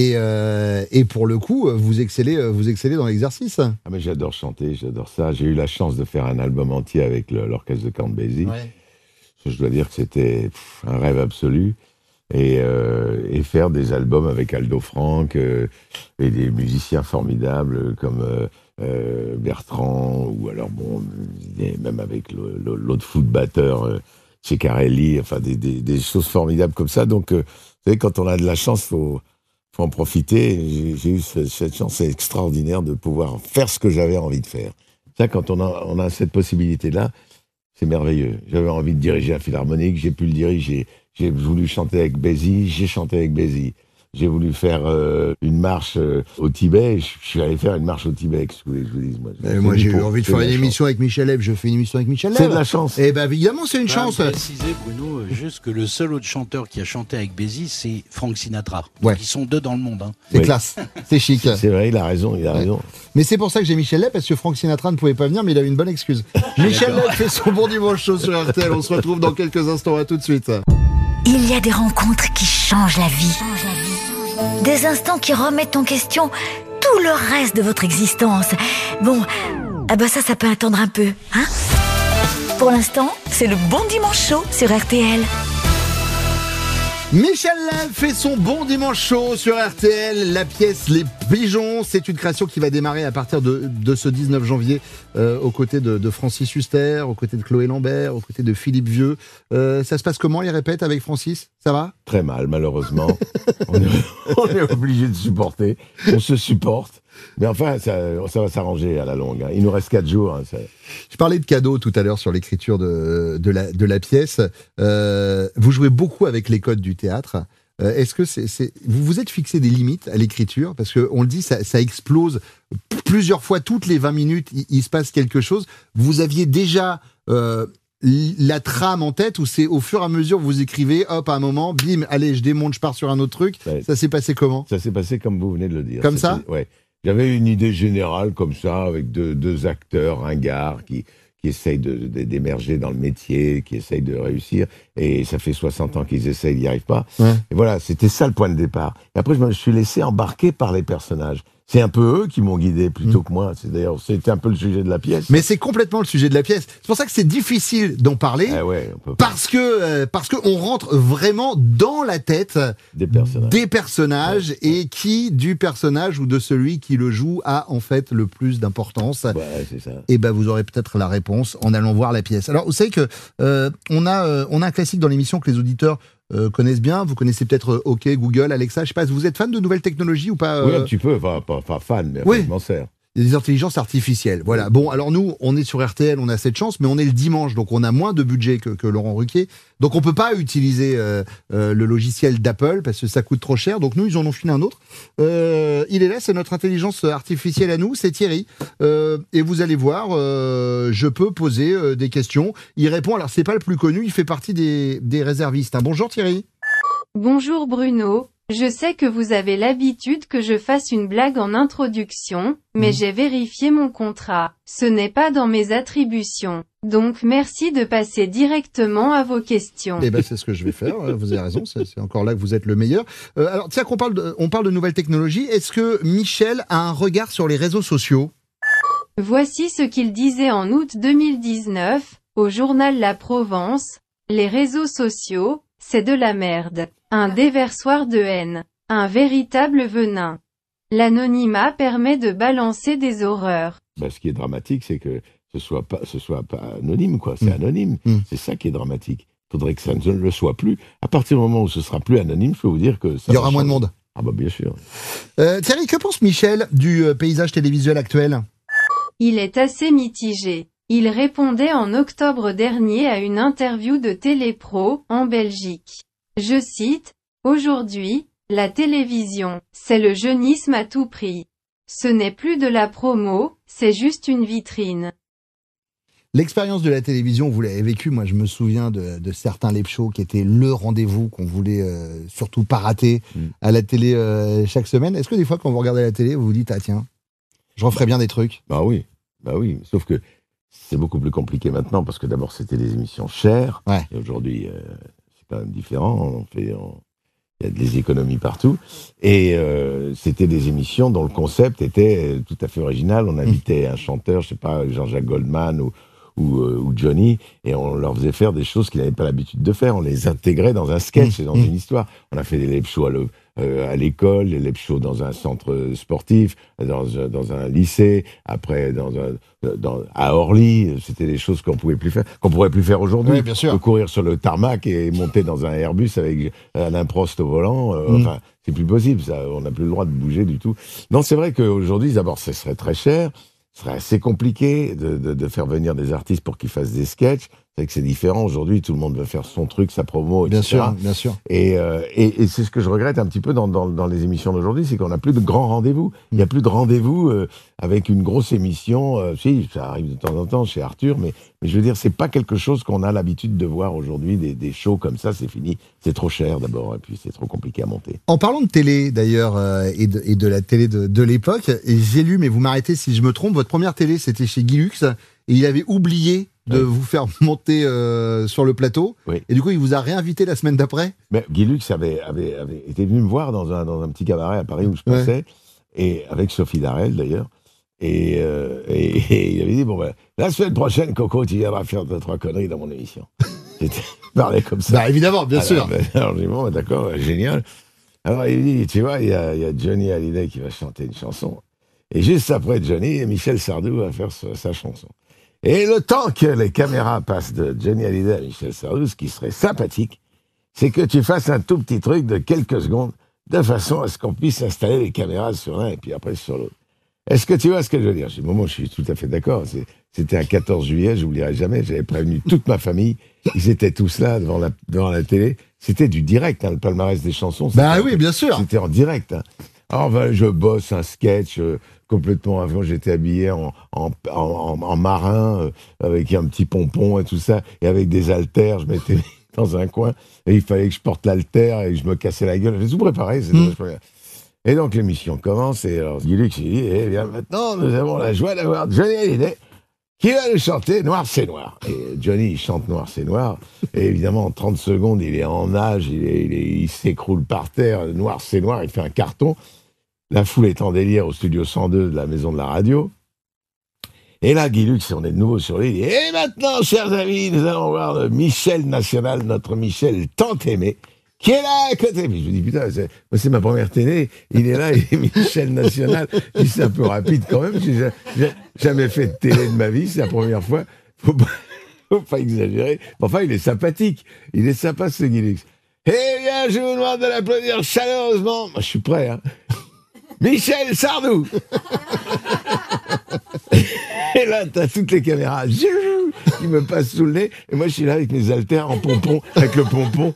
et pour le coup vous excellez dans l'exercice. Ah mais j'adore chanter, j'adore ça. J'ai eu la chance de faire un album entier avec l'orchestre de Count Basie. Ouais. Je dois dire que c'était un rêve absolu. Et faire des albums avec Aldo Franck et des musiciens formidables comme Bertrand ou alors bon même avec l'autre foot batteur Ceccarelli, enfin des choses formidables comme ça. Donc vous savez, quand on a de la chance, faut en profiter. J'ai eu cette chance extraordinaire de pouvoir faire ce que j'avais envie de faire. Ça, quand on a cette possibilité là, c'est merveilleux. J'avais envie de diriger un philharmonique, j'ai pu le diriger. J'ai voulu chanter avec Basie, j'ai chanté avec Basie. J'ai voulu faire une marche au Tibet, je suis allé faire une marche au Tibet, qu'est-ce que vous voulez que je vous dise moi j'ai eu envie de faire une émission avec Michel Leb, je fais une émission avec Michel Leb. C'est de la chance. Eh ben évidemment c'est une chance. Préciser Bruno, juste que le seul autre chanteur qui a chanté avec Basie, c'est Frank Sinatra. Ouais. Ils sont 2 dans le monde. Hein. C'est classe, c'est chic. C'est vrai, il a raison. Mais c'est pour ça que j'ai Michel Leb, parce que Frank Sinatra ne pouvait pas venir, mais il a eu une bonne excuse. Michel Leb fait son bon dimanche chaud sur RTL, on se retrouve dans quelques instants, à tout de suite. Il y a des rencontres qui changent la vie. Des instants qui remettent en question tout le reste de votre existence. Bon, ça peut attendre un peu, hein? Pour l'instant, c'est le bon dimanche chaud sur RTL. Michel Leb fait son bon dimanche chaud sur RTL, la pièce Les Pigeons, c'est une création qui va démarrer à partir de ce 19 janvier aux côtés de Francis Huster, aux côtés de Chloé Lambert, aux côtés de Philippe Vieux. Ça se passe comment les répètes avec Francis? Ça va? Très mal, malheureusement. on est obligé de supporter, on se supporte. Mais enfin, ça va s'arranger à la longue. Hein. Il nous reste 4 jours. Hein, Je parlais de cadeaux tout à l'heure sur l'écriture de la pièce. Vous jouez beaucoup avec les codes du théâtre. Est-ce que vous vous êtes fixé des limites à l'écriture? Parce qu'on le dit, ça explose plusieurs fois, toutes les 20 minutes, il se passe quelque chose. Vous aviez déjà la trame en tête, ou c'est au fur et à mesure vous écrivez, hop, à un moment, bim, allez, je démonte, je pars sur un autre truc. Ouais. Ça s'est passé comment? Ça s'est passé comme vous venez de le dire. Comme ça? Ouais. J'avais une idée générale comme ça, avec deux acteurs ringards qui essayent d'émerger dans le métier, qui essayent de réussir, et ça fait 60 ans qu'ils essayent, ils n'y arrivent pas. Ouais. Et voilà, c'était ça le point de départ. Et après, je me suis laissé embarquer par les personnages. C'est un peu eux qui m'ont guidé plutôt que moi. C'était un peu le sujet de la pièce. Mais c'est complètement le sujet de la pièce. C'est pour ça que c'est difficile d'en parler. Ah ouais, on peut parce que on rentre vraiment dans la tête des personnages ouais. Et qui du personnage ou de celui qui le joue a en fait le plus d'importance. Ouais, c'est ça. Et vous aurez peut-être la réponse en allant voir la pièce. Alors vous savez que on a un classique dans l'émission que les auditeurs connaissent bien. Vous connaissez peut-être OK, Google, Alexa. Je sais pas, vous êtes fan de nouvelles technologies ou pas? Oui, un petit peu. Pas fan, mais oui. Je m'en sers. Des intelligences artificielles. Voilà. Bon, alors nous, on est sur RTL, on a cette chance, mais on est le dimanche, donc on a moins de budget que Laurent Ruquier. Donc on peut pas utiliser le logiciel d'Apple parce que ça coûte trop cher. Donc nous, ils en ont filé un autre. Il est là, c'est notre intelligence artificielle à nous, c'est Thierry. Et vous allez voir, je peux poser des questions. Il répond. Alors c'est pas le plus connu, il fait partie des réservistes. Hein. Bonjour Thierry. Bonjour Bruno. Je sais que vous avez l'habitude que je fasse une blague en introduction, mais j'ai vérifié mon contrat. Ce n'est pas dans mes attributions. Donc merci de passer directement à vos questions. Eh c'est ce que je vais faire. Vous avez raison. C'est encore là que vous êtes le meilleur. Alors tiens, on parle de nouvelles technologies. Est-ce que Michel a un regard sur les réseaux sociaux? Voici ce qu'il disait en août 2019, au journal La Provence. Les réseaux sociaux, c'est de la merde. Un déversoir de haine. Un véritable venin. L'anonymat permet de balancer des horreurs. Bah, ce qui est dramatique, c'est que ce soit pas anonyme, quoi. C'est anonyme. C'est ça qui est dramatique. Il faudrait que ça ne le soit plus. À partir du moment où ce sera plus anonyme, je peux vous dire que ça Il y aura moins de monde. Ah bah bien sûr. Thierry, que pense Michel du paysage télévisuel actuel? Il est assez mitigé. Il répondait en octobre dernier à une interview de Télépro, en Belgique. Je cite, « Aujourd'hui, la télévision, c'est le jeunisme à tout prix. Ce n'est plus de la promo, c'est juste une vitrine. » L'expérience de la télévision, vous l'avez vécue. Moi, je me souviens de certains live shows qui étaient le rendez-vous qu'on voulait surtout pas rater à la télé chaque semaine. Est-ce que des fois, quand vous regardez la télé, vous vous dites « Ah tiens, je referais bien des trucs ». Bah oui. Sauf que c'est beaucoup plus compliqué maintenant parce que d'abord, c'était des émissions chères. Ouais. Et aujourd'hui, c'est quand même différent. Il y a des économies partout. Et c'était des émissions dont le concept était tout à fait original. On invitait un chanteur, je sais pas, Jean-Jacques Goldman ou Johnny, et on leur faisait faire des choses qu'ils n'avaient pas l'habitude de faire. On les intégrait dans un sketch et dans une histoire. On a fait des live shows à l'école, des live shows dans un centre sportif, dans un lycée, après à Orly. C'était des choses qu'on pourrait plus faire aujourd'hui. Oui, bien sûr. De courir sur le tarmac et monter dans un Airbus avec Alain Prost au volant. Enfin, c'est plus possible. Ça, on n'a plus le droit de bouger du tout. Non, c'est vrai qu'aujourd'hui, d'abord, ce serait très cher. Ce serait assez compliqué de faire venir des artistes pour qu'ils fassent des sketchs. C'est vrai que c'est différent. Aujourd'hui, tout le monde veut faire son truc, sa promo, etc. Bien sûr. Et c'est ce que je regrette un petit peu dans les émissions d'aujourd'hui, c'est qu'on n'a plus de grands rendez-vous. Il n'y a plus de rendez-vous avec une grosse émission. Si, ça arrive de temps en temps chez Arthur, mais je veux dire, c'est pas quelque chose qu'on a l'habitude de voir aujourd'hui, des shows comme ça, c'est fini. C'est trop cher d'abord, et puis c'est trop compliqué à monter. En parlant de télé, d'ailleurs, et de la télé de l'époque, et j'ai lu, mais vous m'arrêtez si je me trompe, votre première télé, c'était chez Guy Lux, et il avait oublié de vous faire monter sur le plateau. Oui. Et du coup, il vous a réinvité la semaine d'après. Mais Guy Lux avait été venu me voir dans un petit cabaret à Paris où je passais, et avec Sophie Darel d'ailleurs. Et il avait dit, bon ben, la semaine prochaine, Coco, tu viendras faire 2-3 conneries dans mon émission. C'était parlé comme ça. Bah évidemment, bien sûr. Alors je dis, bon, d'accord, génial. Alors il dit, tu vois, il y a Johnny Hallyday qui va chanter une chanson. Et juste après Johnny, Michel Sardou va faire sa chanson. Et le temps que les caméras passent de Johnny Hallyday à Michel Sardou, ce qui serait sympathique, c'est que tu fasses un tout petit truc de quelques secondes, de façon à ce qu'on puisse installer les caméras sur l'un et puis après sur l'autre. Est-ce que tu vois ce que je veux dire? Je suis tout à fait d'accord. C'était un 14 juillet, je n'oublierai jamais, j'avais prévenu toute ma famille, ils étaient tous là devant la télé. C'était du direct, le palmarès des chansons. Bah oui, bien sûr. C'était en direct. Alors je bosse un sketch complètement avant, j'étais habillé en marin, avec un petit pompon et tout ça, et avec des haltères, je m'étais mis dans un coin, et il fallait que je porte l'haltère et que je me cassais la gueule. J'ai tout préparé, c'était vachement bien. Et donc l'émission commence, et alors Guy Lux, il dit, eh bien maintenant, nous avons la joie d'avoir Johnny Hallyday, qui va nous chanter Noir c'est Noir. Et Johnny, il chante Noir c'est Noir, et évidemment, en 30 secondes, il est en nage, il s'écroule par terre, Noir c'est Noir, il fait un carton. La foule est en délire au studio 102 de la maison de la radio. Et là, Guy Lux, on est de nouveau sur l'île. Et maintenant, chers amis, nous allons voir le Michel National, notre Michel tant aimé, qui est là à côté. Puis je me dis, putain, c'est ma première télé. Il est là, il est Michel National. C'est un peu rapide quand même. J'ai jamais fait de télé de ma vie, c'est la première fois. Faut pas exagérer. Enfin, il est sympathique. Il est sympa, ce Guy Lux. Eh bien, je vous demande de l'applaudir chaleureusement. Moi, je suis prêt, hein. Michel Sardou. Et là, t'as toutes les caméras qui me passent sous le nez. Et moi, je suis là avec mes haltères en pompon, avec le pompon.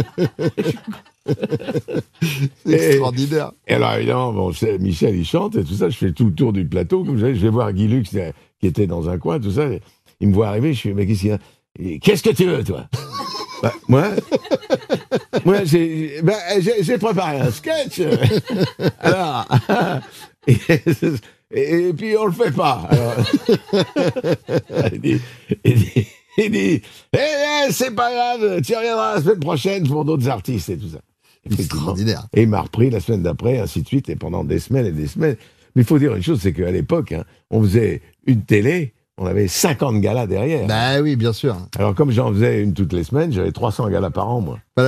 C'est extraordinaire. Et alors, évidemment, bon, Michel, il chante et tout ça. Je fais tout le tour du plateau. Comme je vais voir Guy Lux, qui était dans un coin, tout ça. Il me voit arriver. Je fais, mais qu'est-ce qu'il y a? Qu'est-ce que tu veux, toi? Bah, moi, j'ai préparé un sketch. Alors, et puis on le fait pas. Alors, il dit, c'est pas grave, tu reviendras la semaine prochaine pour d'autres artistes et tout ça. Extraordinaire. Et il m'a repris la semaine d'après, ainsi de suite, et pendant des semaines et des semaines. Mais il faut dire une chose, c'est qu'à l'époque, on faisait une télé. On avait 50 galas derrière. Bah oui, bien sûr. Alors, comme j'en faisais une toutes les semaines, j'avais 300 galas par an, moi. Voilà, je vous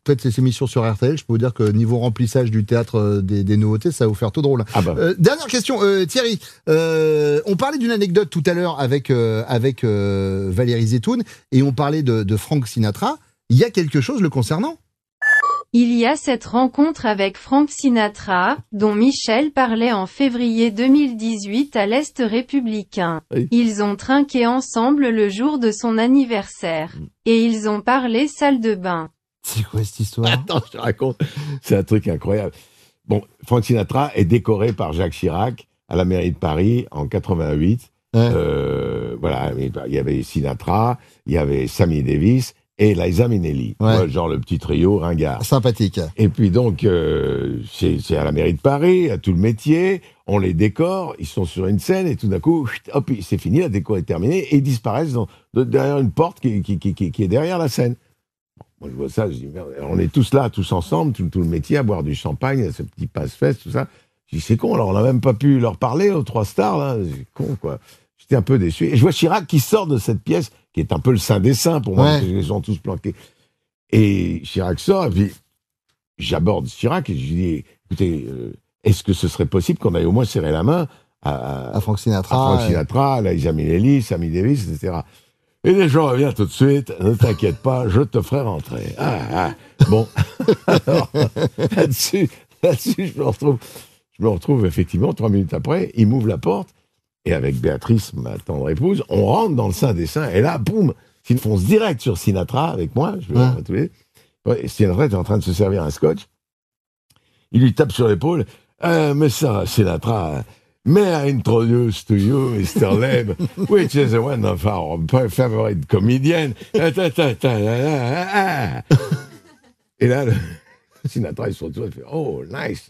faites ces émissions sur RTL, je peux vous dire que niveau remplissage du théâtre des nouveautés, ça va vous faire tout drôle. Dernière question, Thierry. On parlait d'une anecdote tout à l'heure avec Valérie Zetoun, et on parlait de Frank Sinatra. Il y a quelque chose le concernant ? Il y a cette rencontre avec Frank Sinatra, dont Michel parlait en février 2018 à l'Est républicain. Oui. Ils ont trinqué ensemble le jour de son anniversaire. Et ils ont parlé salle de bain. C'est quoi cette histoire ? Attends, je te raconte. C'est un truc incroyable. Bon, Frank Sinatra est décoré par Jacques Chirac à la mairie de Paris en 88. Voilà, il y avait Sinatra, il y avait Sammy Davis et Liza Minnelli. Ouais, genre le petit trio ringard. Sympathique. Et puis donc, c'est à la mairie de Paris, à tout le métier, on les décore, ils sont sur une scène et tout d'un coup, hop, c'est fini, la déco est terminée et ils disparaissent derrière une porte qui est derrière la scène. Moi, je vois ça, je dis, merde, on est tous là, tous ensemble, tout le métier, à boire du champagne, à ce petit passe-fesse, tout ça. Je dis, c'est con, alors on n'a même pas pu leur parler aux trois stars, là. C'est con, quoi. J'étais un peu déçu. Et je vois Chirac qui sort de cette pièce, qui est un peu le Saint des Saints pour moi, parce qu'ils sont tous planqués. Et Chirac sort, et puis j'aborde Chirac, et je lui dis, écoutez, est-ce que ce serait possible qu'on aille au moins serrer la main à Frank Sinatra, à Liza Minnelli, Sammy Davis, etc. Et les gens reviennent tout de suite, ne t'inquiète pas, je te ferai rentrer. Bon. Alors, là-dessus, je me retrouve effectivement 3 minutes après, il m'ouvre la porte, et avec Béatrice, ma tendre épouse, on rentre dans le Saint des Saints, et là, boum, il fonce direct sur Sinatra avec moi, je vais tous les... Et Sinatra est en train de se servir un scotch, il lui tape sur l'épaule, mais ça, Sinatra... May I introduce to you Mr. Leb, which is one of our favorite comedians. Et là, Sinatra, il se retrouve, il fait, oh, nice.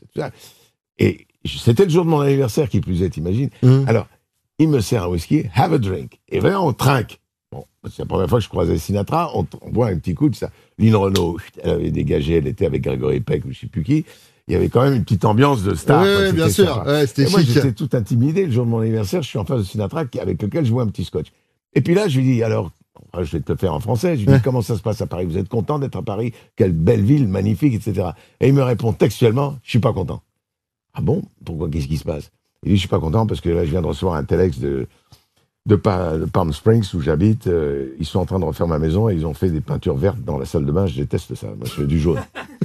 Et c'était le jour de mon anniversaire, qui plus est, t'imagines. Alors, il me sert un whisky, have a drink. Et vraiment, on trinque. Bon, c'est la première fois que je croisais Sinatra, on boit un petit coup de ça. Lynn Renaud, elle avait dégagé, elle était avec Grégory Peck ou je sais plus qui. Il y avait quand même une petite ambiance de star. Oui, bien sûr. Ouais, c'était moi, chic. j'étais tout intimidé. Le jour de mon anniversaire, je suis en face de Sinatra avec lequel je bois un petit scotch. Et puis là, je lui dis, alors, je vais te le faire en français. Je lui dis, comment ça se passe à Paris ? Vous êtes content d'être à Paris ? Quelle belle ville, magnifique, etc. Et il me répond textuellement, je suis pas content. Ah bon ? Pourquoi ? Qu'est-ce qui se passe ? Il dit, je suis pas content parce que là, je viens de recevoir un telex de Palm Springs où j'habite. Ils sont en train de refaire ma maison et ils ont fait des peintures vertes dans la salle de bain. Je déteste ça. Moi, je fais du jaune.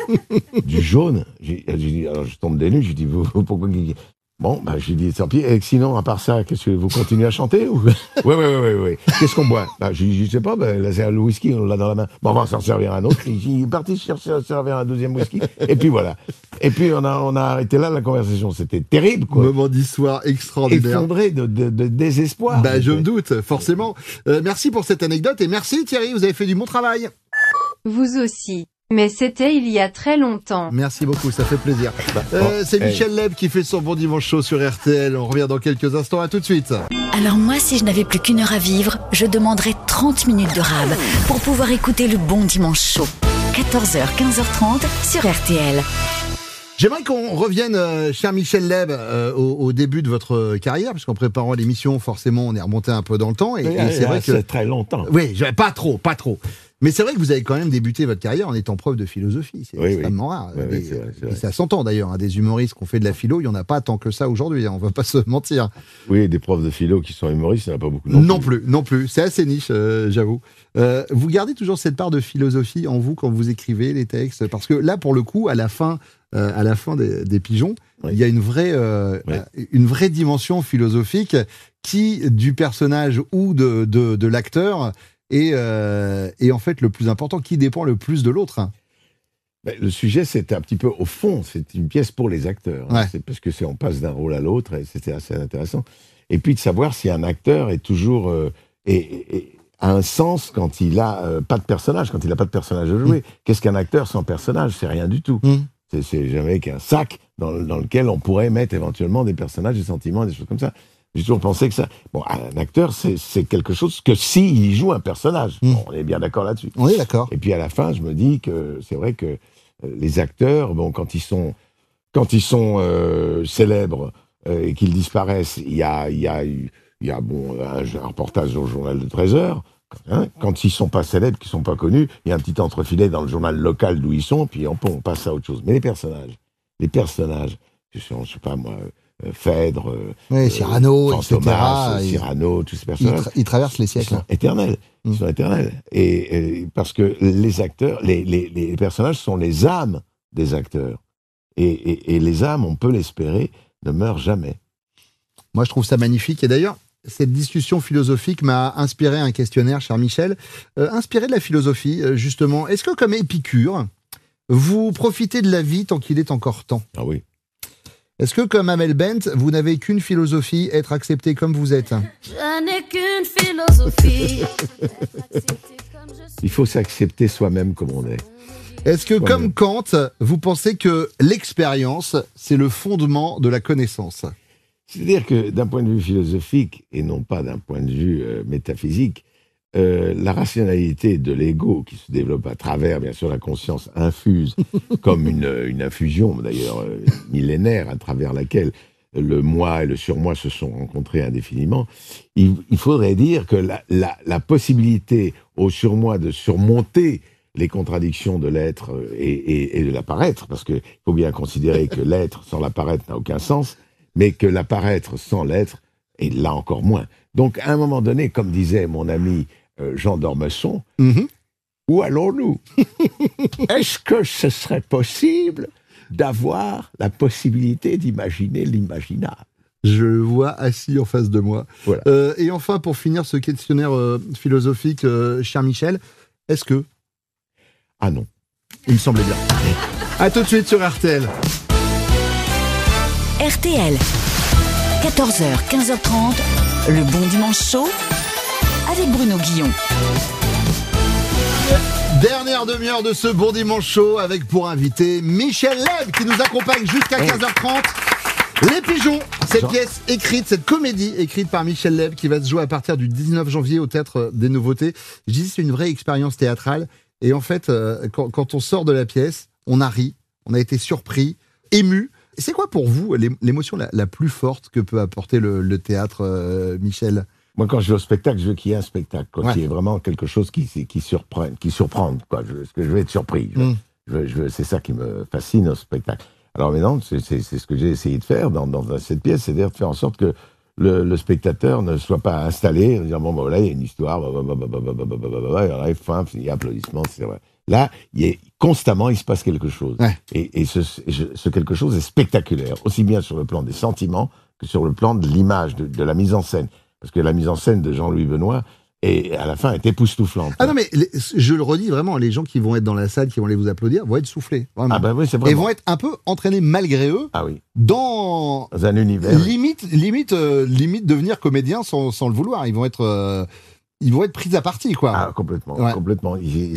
Du jaune. Alors je tombe des nues. Je dis, pourquoi ? Bon, je lui dis, tant pis. Et sinon, à part ça, qu'est-ce que vous continuez à chanter ou... Oui. Qu'est-ce qu'on boit ? Je sais pas. Là, c'est le whisky, on l'a dans la main. Bon, on va s'en servir un autre. Il est parti chercher à servir un deuxième whisky. Et puis voilà. Et puis on a arrêté là la conversation. C'était terrible, quoi. Moment d'histoire extraordinaire. Effondré de désespoir. Je me doute, forcément. Merci pour cette anecdote et merci Thierry, vous avez fait du bon travail. Vous aussi. Mais c'était il y a très longtemps. Merci beaucoup, ça fait plaisir. C'est Michel Leb qui fait son Bon Dimanche Show sur RTL. On revient dans quelques instants, à tout de suite. Alors moi, si je n'avais plus qu'1 heure à vivre, je demanderais 30 minutes de rab pour pouvoir écouter le Bon Dimanche Show. 14h, 15h30 sur RTL. J'aimerais qu'on revienne, cher Michel Leb, au début de votre carrière, parce qu'en préparant l'émission, forcément, on est remonté un peu dans le temps. Et c'est vrai que c'est très longtemps. Oui, pas trop. Mais c'est vrai que vous avez quand même débuté votre carrière en étant prof de philosophie. C'est extrêmement rare. Oui, c'est vrai. Et ça s'entend d'ailleurs. Des humoristes qui ont fait de la philo, il n'y en a pas tant que ça aujourd'hui. On ne va pas se mentir. Oui, des profs de philo qui sont humoristes, il n'y en a pas beaucoup. Non plus. C'est assez niche, j'avoue. Vous gardez toujours cette part de philosophie en vous quand vous écrivez les textes ? Parce que là, pour le coup, à la fin des Pigeons, il y a une vraie dimension philosophique qui, du personnage ou de l'acteur, est en fait le plus important, qui dépend le plus de l'autre. Le sujet, c'était un petit peu, au fond, c'est une pièce pour les acteurs. C'est parce que on passe d'un rôle à l'autre, et c'était assez intéressant. Et puis de savoir si un acteur est toujours a un sens quand il a pas de personnage, quand il n'a pas de personnage à jouer. Qu'est-ce qu'un acteur sans personnage ? C'est rien du tout. C'est jamais qu'un sac dans lequel on pourrait mettre éventuellement des personnages, des sentiments, des choses comme ça. J'ai toujours pensé que ça... Bon, un acteur, c'est quelque chose que s'il joue un personnage. Bon, on est bien d'accord là-dessus. On est d'accord. Et puis à la fin, je me dis que c'est vrai que les acteurs, quand ils sont célèbres et qu'ils disparaissent, il y a un reportage au journal de 13h Quand ils sont pas célèbres, qu'ils sont pas connus, il y a un petit entrefilet dans le journal local d'où ils sont, puis on passe à autre chose. Mais les personnages, je sais pas moi, Phèdre, Cyrano, Fantomas, etc. Cyrano, tous ces personnages. Ils traversent les siècles. Ils sont éternels. Ils sont éternels. Et parce que les acteurs, les personnages sont les âmes des acteurs. Et les âmes, on peut l'espérer, ne meurent jamais. Moi, je trouve ça magnifique. Et d'ailleurs, cette discussion philosophique m'a inspiré un questionnaire, cher Michel. Inspiré de la philosophie, justement. Est-ce que, comme Épicure, vous profitez de la vie tant qu'il est encore temps? Ah oui. Est-ce que, comme Amel Bent, vous n'avez qu'une philosophie, être accepté comme vous êtes? Je n'ai qu'une philosophie. Il faut s'accepter soi-même comme on est. Est-ce que, comme Kant, vous pensez que l'expérience, c'est le fondement de la connaissance? C'est-à-dire que, d'un point de vue philosophique, et non pas d'un point de vue métaphysique, la rationalité de l'ego qui se développe à travers, bien sûr, la conscience infuse, comme une infusion, d'ailleurs, millénaire, à travers laquelle le moi et le surmoi se sont rencontrés indéfiniment, il faudrait dire que la possibilité au surmoi de surmonter les contradictions de l'être et de l'apparaître, parce qu'il faut bien considérer que l'être sans l'apparaître n'a aucun sens, mais que l'apparaître sans l'être, et là encore moins. Donc, à un moment donné, comme disait mon ami Jean d'Ormesson, où allons-nous? Est-ce que ce serait possible d'avoir la possibilité d'imaginer l'imaginable? Je le vois assis en face de moi. Voilà. Et enfin, pour finir ce questionnaire philosophique, cher Michel, est-ce que... Ah non. Il me semblait bien. À tout de suite sur RTL. RTL, 14h, 15h30, le Bon Dimanche Show avec Bruno Guillon. Dernière demi-heure de ce Bon Dimanche Show avec pour invité Michel Leb qui nous accompagne jusqu'à 15h30. Les Pigeons, cette pièce écrite, cette comédie écrite par Michel Leb qui va se jouer à partir du 19 janvier au Théâtre des Nouveautés. Je dis c'est une vraie expérience théâtrale et en fait, quand on sort de la pièce, on a ri, on a été surpris, ému. C'est quoi pour vous l'émotion la plus forte que peut apporter le théâtre, Michel? Moi, quand je vais au spectacle, je veux qu'il y ait un spectacle, qu'il y ait vraiment quelque chose qui surprenne, quoi. Je veux être surpris. C'est ça qui me fascine au spectacle. Alors maintenant, c'est ce que j'ai essayé de faire dans cette pièce, c'est-à-dire de faire en sorte que le spectateur ne soit pas installé, en disant bon, voilà, il y a une histoire, il arrive, fin, il y a applaudissements, c'est vrai. Là, constamment, il se passe quelque chose. Et ce quelque chose est spectaculaire, aussi bien sur le plan des sentiments que sur le plan de l'image, de la mise en scène. Parce que la mise en scène de Jean-Louis Benoît, à la fin, est époustouflante. Ah non, mais je le redis vraiment, les gens qui vont être dans la salle, qui vont aller vous applaudir, vont être soufflés. Vraiment. Ah bah oui, c'est vraiment. Et vont être un peu entraînés malgré eux. Ah oui. Dans un univers. Limite devenir comédien sans le vouloir. Ils vont être pris à partie, quoi. Ah, complètement. Complètement.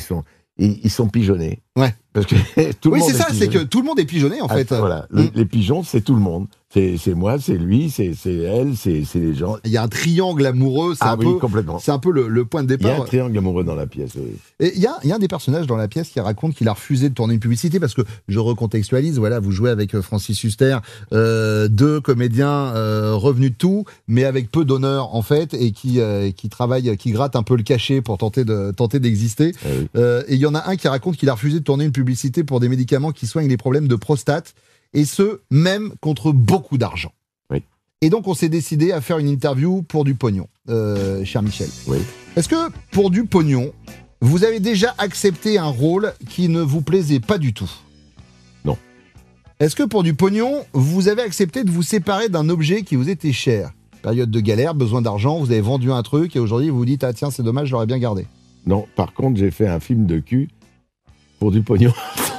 Ils sont pigeonnés. Ouais. Parce que tout le monde. Oui, c'est ça, c'est que tout le monde est pigeonné, en fait. Voilà. Les pigeons, c'est tout le monde. C'est moi, c'est lui, c'est elle, c'est les gens. Il y a un triangle amoureux, complètement. C'est un peu le point de départ. Il y a un triangle amoureux dans la pièce, oui. Et il y a un des personnages dans la pièce qui raconte qu'il a refusé de tourner une publicité parce que, je recontextualise, voilà, vous jouez avec Francis Huster, deux comédiens revenus de tout, mais avec peu d'honneur, en fait, et qui travaillent, qui grattent un peu le cachet pour tenter d'exister. Et il y en a un qui raconte qu'il a refusé de tourner une publicité pour des médicaments qui soignent les problèmes de prostate. Et ce, même contre beaucoup d'argent. Oui. Et donc, on s'est décidé à faire une interview pour du pognon, cher Michel. Oui. Est-ce que, pour du pognon, vous avez déjà accepté un rôle qui ne vous plaisait pas du tout? Non. Est-ce que, pour du pognon, vous avez accepté de vous séparer d'un objet qui vous était cher? Période de galère, besoin d'argent, vous avez vendu un truc et aujourd'hui, vous vous dites « Ah tiens, c'est dommage, je l'aurais bien gardé ». Non, par contre, j'ai fait un film de cul pour du pognon.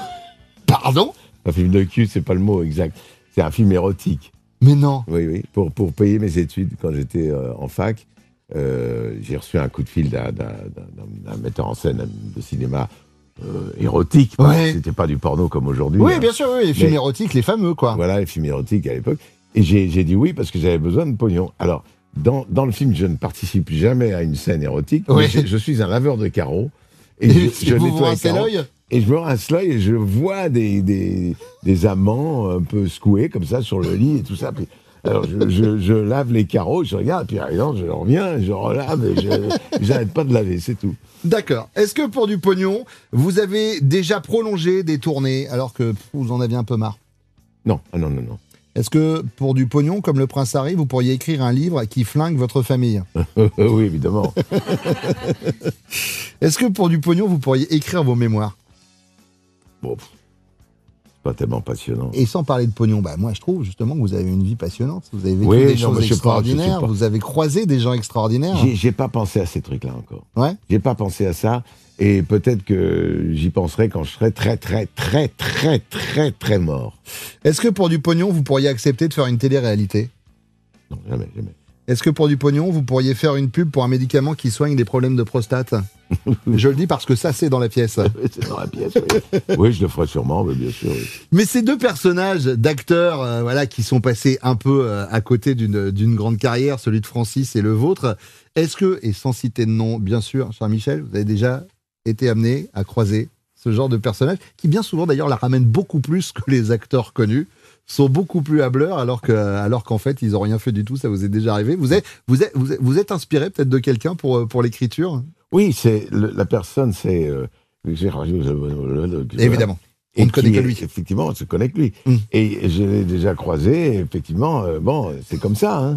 Pardon? Un film de cul, c'est pas le mot exact. C'est un film érotique. Mais non. Oui. Pour payer mes études quand j'étais en fac, j'ai reçu un coup de fil d'un metteur en scène de cinéma érotique. Ouais. C'était pas du porno comme aujourd'hui. Oui, bien sûr, oui. Les films érotiques, les fameux, quoi. Voilà, les films érotiques à l'époque. Et j'ai dit oui parce que j'avais besoin de pognon. Alors, dans le film, je ne participe jamais à une scène érotique. Oui. Je suis un laveur de carreaux. Et je vous nettoie les rincez carreaux. l'œil? Et je me rince l'œil et je vois des amants un peu secoués comme ça sur le lit et tout ça. Puis, Alors je lave les carreaux, je regarde, puis non, je reviens, je relave, et j'arrête pas de laver, c'est tout. D'accord. Est-ce que pour du pognon, vous avez déjà prolongé des tournées alors que vous en aviez un peu marre? Non, non. Est-ce que pour du pognon, comme le Prince Harry, vous pourriez écrire un livre qui flingue votre famille? Oui, évidemment. Est-ce que pour du pognon, vous pourriez écrire vos mémoires? Bon, c'est pas tellement passionnant. Et sans parler de pognon, moi je trouve justement que vous avez une vie passionnante. Vous avez vécu des choses extraordinaires, vous avez croisé des gens extraordinaires. J'ai pas pensé à ces trucs-là encore. Ouais. J'ai pas pensé à ça. Et peut-être que j'y penserai quand je serai très mort. Est-ce que pour du pognon, vous pourriez accepter de faire une télé-réalité? Non, jamais. Est-ce que pour du pognon, vous pourriez faire une pub pour un médicament qui soigne des problèmes de prostate? Je le dis parce que ça, c'est dans la pièce. Oui, c'est dans la pièce, oui. Oui, je le ferai sûrement, mais bien sûr. Oui. Mais ces deux personnages d'acteurs qui sont passés un peu à côté d'une grande carrière, celui de Francis et le vôtre, est-ce que, et sans citer de nom, bien sûr, cher Michel, vous avez déjà été amené à croiser ce genre de personnage qui bien souvent d'ailleurs la ramène beaucoup plus que les acteurs connus, sont beaucoup plus hableurs alors qu'en fait ils n'ont rien fait du tout. Ça vous est déjà arrivé? Vous êtes inspiré peut-être de quelqu'un pour l'écriture? Oui, c'est la personne, c'est évidemment. On ne connaît que lui. Effectivement, on se connaît que lui. Et je l'ai déjà croisé, et effectivement, c'est comme ça. Hein.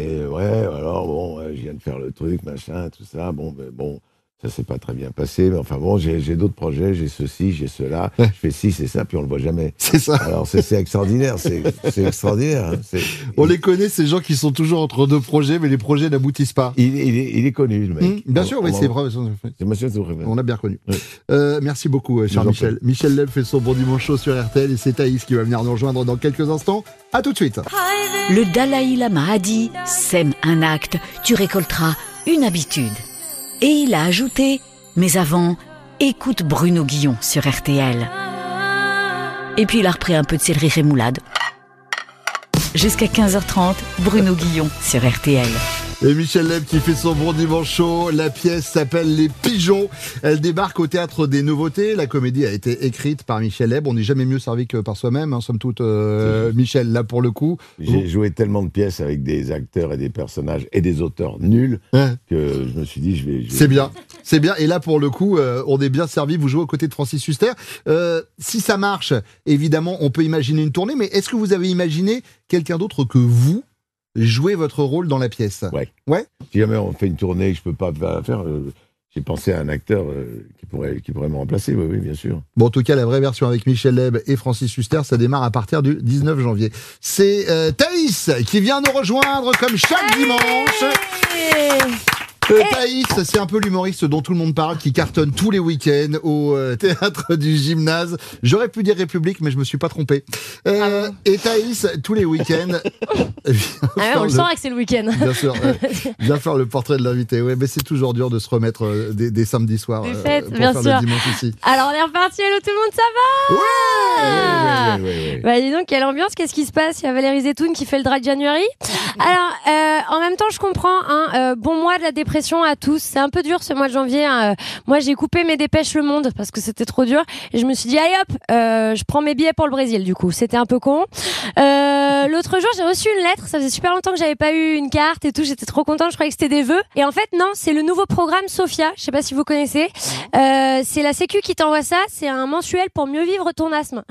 Alors je viens de faire le truc, machin, tout ça, ça s'est pas très bien passé, mais enfin j'ai d'autres projets, j'ai ceci, j'ai cela, je fais ci, c'est ça, puis on le voit jamais. C'est ça. Alors c'est extraordinaire, c'est extraordinaire. Hein. On les connaît, ces gens qui sont toujours entre deux projets, mais les projets n'aboutissent pas. Il est connu, le mec. Bien sûr, oui, c'est vrai. On l'a bien connu. Oui. Merci beaucoup, cher Michel. Michel Leb fait son Bon Dimanche Show sur RTL, et c'est Thaïs qui va venir nous rejoindre dans quelques instants. À tout de suite. Le Dalai Lama a dit « Sème un acte, tu récolteras une habitude ». Et il a ajouté « Mais avant, écoute Bruno Guillon sur RTL ». Et puis il a repris un peu de céleri rémoulade. Jusqu'à 15h30, Bruno Guillon sur RTL. Et Michel Leb qui fait son Bon Dimanche Show. La pièce s'appelle Les Pigeons. Elle débarque au Théâtre des Nouveautés. La comédie a été écrite par Michel Leb. On n'est jamais mieux servi que par soi-même, somme toute. Michel, là pour le coup. J'ai joué tellement de pièces avec des acteurs et des personnages et des auteurs nuls que je me suis dit, je vais... C'est bien. C'est bien. Et là pour le coup, on est bien servi. Vous jouez aux côtés de Francis Huster. Si ça marche, évidemment, on peut imaginer une tournée. Mais est-ce que vous avez imaginé quelqu'un d'autre que vous jouer votre rôle dans la pièce? Ouais. Si jamais on fait une tournée et que je peux pas la faire, j'ai pensé à un acteur qui pourrait me remplacer, oui, bien sûr. Bon, en tout cas, la vraie version avec Michel Leb et Francis Huster, ça démarre à partir du 19 janvier. C'est Thaïs qui vient nous rejoindre comme chaque dimanche. Thaïs, c'est un peu l'humoriste dont tout le monde parle, qui cartonne tous les week-ends au théâtre du Gymnase. J'aurais pu dire République, mais je me suis pas trompé. Et Thaïs, tous les week-ends... on le sent que c'est le week-end. Bien sûr. Viens faire le portrait de l'invité. Ouais, mais c'est toujours dur de se remettre des samedis soirs. Des fêtes, pour bien faire sûr. le dimanche ici. Alors, on est reparti. Hello tout le monde, ça va? Oui. Bah, dis donc, quelle ambiance, qu'est-ce qui se passe? Il y a Valérie Zetoun qui fait le Dry January. Alors, en même temps, je comprends, bon mois de la dépression à tous. C'est un peu dur ce mois de janvier. Moi, j'ai coupé mes dépêches Le Monde parce que c'était trop dur. Et je me suis dit, allez hop, je prends mes billets pour le Brésil, du coup. C'était un peu con. L'autre jour, j'ai reçu une lettre. Ça faisait super longtemps que j'avais pas eu une carte et tout. J'étais trop contente. Je croyais que c'était des vœux. Et en fait, non, c'est le nouveau programme Sophia. Je sais pas si vous connaissez. C'est la Sécu qui t'envoie ça. C'est un mensuel pour mieux vivre ton asthme.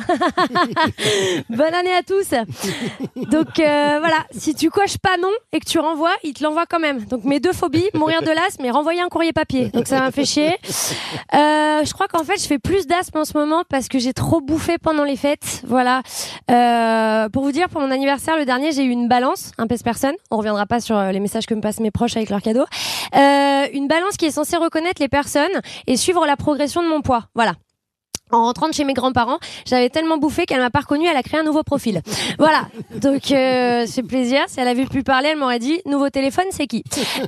Bonne année à tous. Donc, voilà. Si tu coches pas non et que tu renvoies, il te l'envoie quand même. Donc, mes deux phobies, mourir de l'asthme et renvoyer un courrier papier. Donc, ça m'a fait chier. Je crois qu'en fait, je fais plus d'asthme en ce moment parce que j'ai trop bouffé pendant les fêtes. Voilà. Pour vous dire, pour mon anniversaire, le dernier, j'ai eu une balance, un pèse-personne. On reviendra pas sur les messages que me passent mes proches avec leurs cadeaux. Une balance qui est censée reconnaître les personnes et suivre la progression de mon poids. Voilà. En rentrant de chez mes grands-parents, j'avais tellement bouffé qu'elle m'a pas reconnue, elle a créé un nouveau profil. Voilà. Donc, c'est plaisir. Si elle avait pu parler, elle m'aurait dit, nouveau téléphone, c'est qui?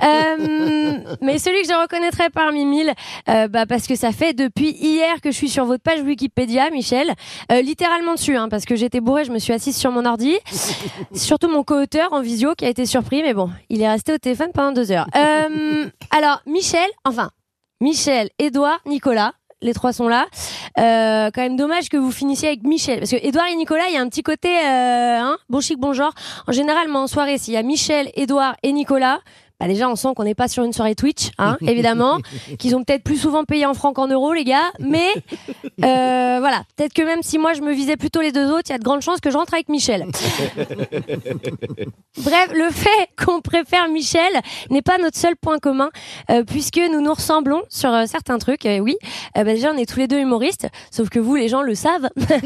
Mais celui que je reconnaîtrais parmi 1000, parce que ça fait depuis hier que je suis sur votre page Wikipédia, Michel. Littéralement dessus, parce que j'étais bourrée, je me suis assise sur mon ordi. Surtout mon co-auteur en visio qui a été surpris, mais bon, il est resté au téléphone pendant 2 heures. Alors, Michel, Édouard, Nicolas, les trois sont là. Quand même dommage que vous finissiez avec Michel, parce que Édouard et Nicolas, il y a un petit côté bon chic, bon genre. En général, moi en soirée, s'il y a Michel, Édouard et Nicolas, bah déjà on sent qu'on n'est pas sur une soirée Twitch, évidemment, qu'ils ont peut-être plus souvent payé en francs qu'en euros, les gars, mais voilà, peut-être que même si moi je me visais plutôt les deux autres, il y a de grandes chances que je rentre avec Michel. Bref, le fait qu'on préfère Michel n'est pas notre seul point commun, puisque nous nous ressemblons sur certains trucs, oui. Déjà on est tous les deux humoristes, sauf que vous les gens le savent.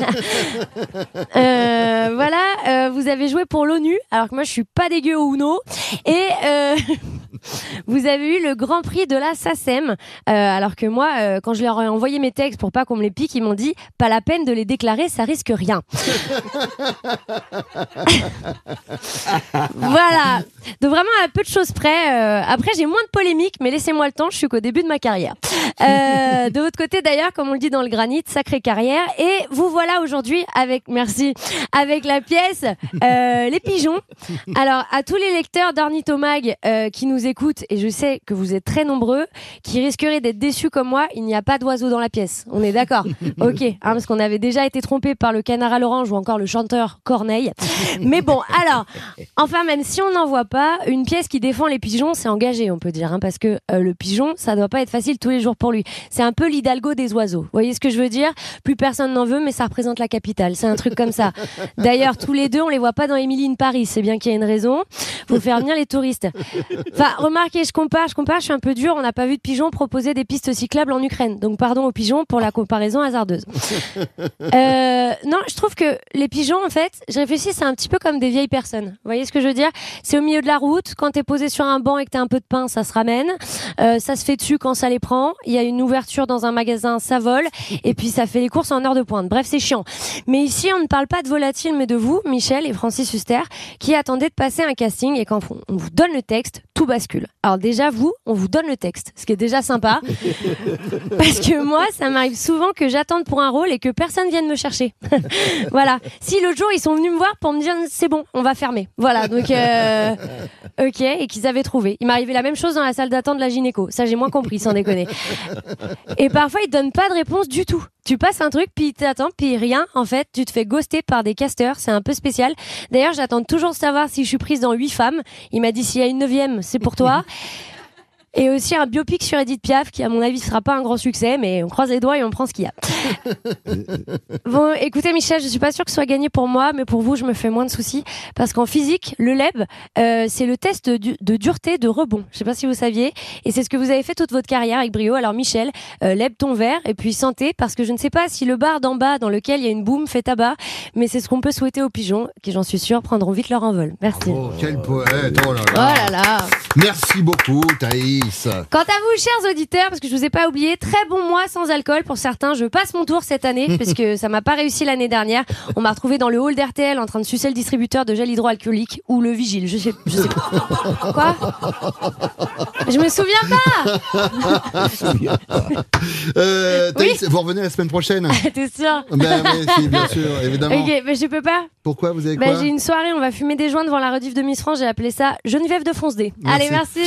Voilà, vous avez joué pour l'ONU, alors que moi je suis pas dégueu au Uno, et vous avez eu le Grand Prix de la SACEM, alors que moi, quand je leur ai envoyé mes textes pour pas qu'on me les pique, ils m'ont dit pas la peine de les déclarer, ça risque rien. Voilà. Donc vraiment à peu de choses près. Après j'ai moins de polémiques, mais laissez-moi le temps, je suis qu'au début de ma carrière. De votre côté d'ailleurs, comme on le dit dans le granit, sacrée carrière. Et vous voilà aujourd'hui avec la pièce Les Pigeons. Alors à tous les lecteurs d'Ornithomag qui nous écoutent, et je sais que vous êtes très nombreux, qui risqueraient d'être déçus comme moi, il n'y a pas d'oiseaux dans la pièce. On est d'accord? Ok, parce qu'on avait déjà été trompés par le canard à l'orange ou encore le chanteur Corneille. Mais bon, alors, enfin même si on n'en voit pas, une pièce qui défend les pigeons, c'est engagé, on peut dire, parce que le pigeon, ça doit pas être facile tous les jours pour lui. C'est un peu l'Hidalgo des oiseaux. Vous voyez ce que je veux dire? Plus personne n'en veut, mais ça représente la capitale. C'est un truc comme ça. D'ailleurs, tous les deux, on les voit pas dans Emily in Paris. C'est bien qu'il y a une raison. Faut faire venir les touristes. Enfin, remarquez, je compare, je suis un peu dur. On n'a pas vu de pigeons proposer des pistes cyclables en Ukraine. Donc, pardon aux pigeons pour la comparaison hasardeuse. Non, je trouve que les pigeons, en fait, je réfléchis, c'est un petit peu comme des vieilles personnes. Vous voyez ce que je veux dire? C'est au milieu de la route. Quand t'es posé sur un banc et que t'as un peu de pain, ça se ramène. Ça se fait dessus quand ça les prend. Il y a une ouverture dans un magasin, ça vole. Et puis, ça fait les courses en heure de pointe. Bref, c'est chiant. Mais ici, on ne parle pas de volatiles, mais de vous, Michel et Francis Huster, qui attendez de passer un casting, et quand on vous donne le texte, tout bascule. Alors déjà, vous, on vous donne le texte, ce qui est déjà sympa. Parce que moi, ça m'arrive souvent que j'attende pour un rôle et que personne vienne me chercher. Voilà. Si l'autre jour, ils sont venus me voir pour me dire, c'est bon, on va fermer. Voilà. Donc, ok, et qu'ils avaient trouvé. Il m'arrivait la même chose dans la salle d'attente de la gynéco. Ça, j'ai moins compris, sans déconner. Et parfois, ils donnent pas de réponse du tout. Tu passes un truc, puis t'attends, puis rien. En fait, tu te fais ghoster par des casteurs. C'est un peu spécial. D'ailleurs, j'attends toujours de savoir si je suis prise dans 8 femmes. Il m'a dit, s'il y a une 9e, c'est pour toi. Et aussi un biopic sur Edith Piaf, qui à mon avis sera pas un grand succès, mais on croise les doigts et on prend ce qu'il y a. Bon, écoutez Michel, je suis pas sûre que ce soit gagné pour moi, mais pour vous, je me fais moins de soucis, parce qu'en physique, le LEB, c'est le test de dureté de rebond. Je sais pas si vous saviez, et c'est ce que vous avez fait toute votre carrière avec brio. Alors Michel, LEB ton verre, et puis santé, parce que je ne sais pas si le bar d'en bas dans lequel il y a une boum fait tabac, mais c'est ce qu'on peut souhaiter aux pigeons, qui j'en suis sûre prendront vite leur envol. Merci. Oh, quel poète, oh là là. Oh là là. Merci beaucoup Thaïs. Quant à vous, chers auditeurs, parce que je vous ai pas oublié, très bon mois sans alcool pour certains. Je passe mon tour cette année, parce que ça m'a pas réussi l'année dernière. On m'a retrouvé dans le hall d'RTL en train de sucer le distributeur de gel hydroalcoolique ou le vigile. Je sais pas. Quoi? Je me souviens pas. Thaïs, oui, vous revenez la semaine prochaine? T'es sûr? Ben oui, si, bien sûr, évidemment. Ok, mais je peux pas. Pourquoi? Vous avez quoi? J'ai une soirée, on va fumer des joints devant la rediff de Miss France. J'ai appelé ça Geneviève de Fonce-D. Allez, merci.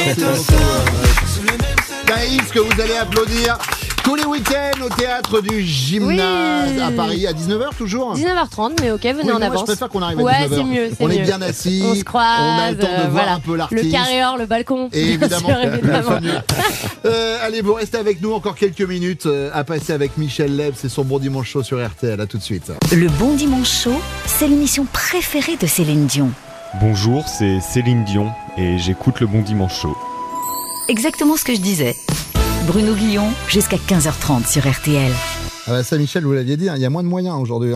Thaïs, que vous allez applaudir tous les week-ends au théâtre du Gymnase à Paris à 19h toujours. 19h30, mais ok, venez en avance. Je préfère qu'on arrive à 19h. Ouais, c'est mieux. On est bien assis, on se croise, on a le temps de voir un peu l'artiste. Le carré-or, le balcon. Et évidemment. Allez, vous restez avec nous encore quelques minutes à passer avec Michel Leb. C'est son Bon Dimanche Show sur RTL. À tout de suite. Le Bon Dimanche Show, c'est l'émission préférée de Céline Dion. Bonjour, c'est Céline Dion et j'écoute le Bon Dimanche Show. Exactement ce que je disais. Bruno Guillon, jusqu'à 15h30 sur RTL. Ah bah ça, Michel, vous l'aviez dit, il y a moins de moyens aujourd'hui.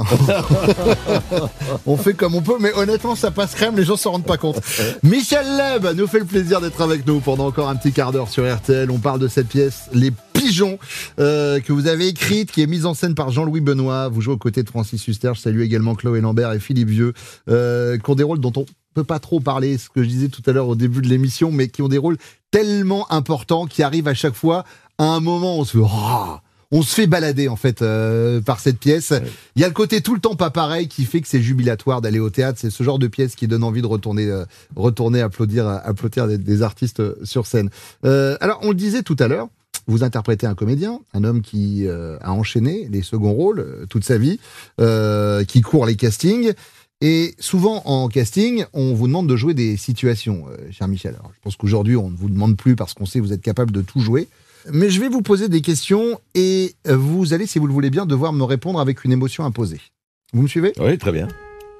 On fait comme on peut, mais honnêtement, ça passe crème, les gens s'en rendent pas compte. Michel Leb nous fait le plaisir d'être avec nous pendant encore un petit quart d'heure sur RTL. On parle de cette pièce, Les Pigeons, que vous avez écrite, qui est mise en scène par Jean-Louis Benoît. Vous jouez aux côtés de Francis Huster. Je salue également Chloé Lambert et Philippe Vieux, qui ont des rôles dont on peut pas trop parler, ce que je disais tout à l'heure au début de l'émission, mais qui ont des rôles tellement importants, qui arrivent à chaque fois à un moment où on se fait balader en fait par cette pièce. Ouais. Il y a le côté tout le temps pas pareil qui fait que c'est jubilatoire d'aller au théâtre. C'est ce genre de pièce qui donne envie de retourner applaudir des artistes sur scène. Alors on le disait tout à l'heure, Vous interprétez un comédien, un homme qui a enchaîné les seconds rôles toute sa vie, qui court les castings. Et souvent, en casting, on vous demande de jouer des situations, cher Michel. Alors, je pense qu'aujourd'hui, on ne vous demande plus parce qu'on sait que vous êtes capable de tout jouer. Mais je vais vous poser des questions et vous allez, si vous le voulez bien, devoir me répondre avec une émotion imposée. Vous me suivez ? Oui, très bien.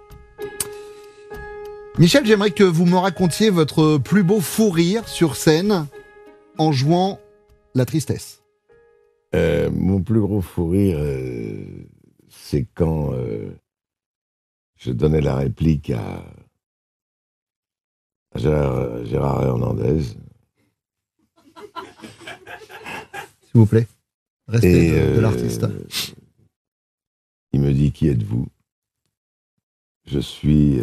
Michel, j'aimerais que vous me racontiez votre plus beau fou rire sur scène en jouant la tristesse. Mon plus gros fou rire, c'est quand je donnais la réplique à Gérard Hernandez. S'il vous plaît, restez de l'artiste. Il me dit, qui êtes-vous ? Je suis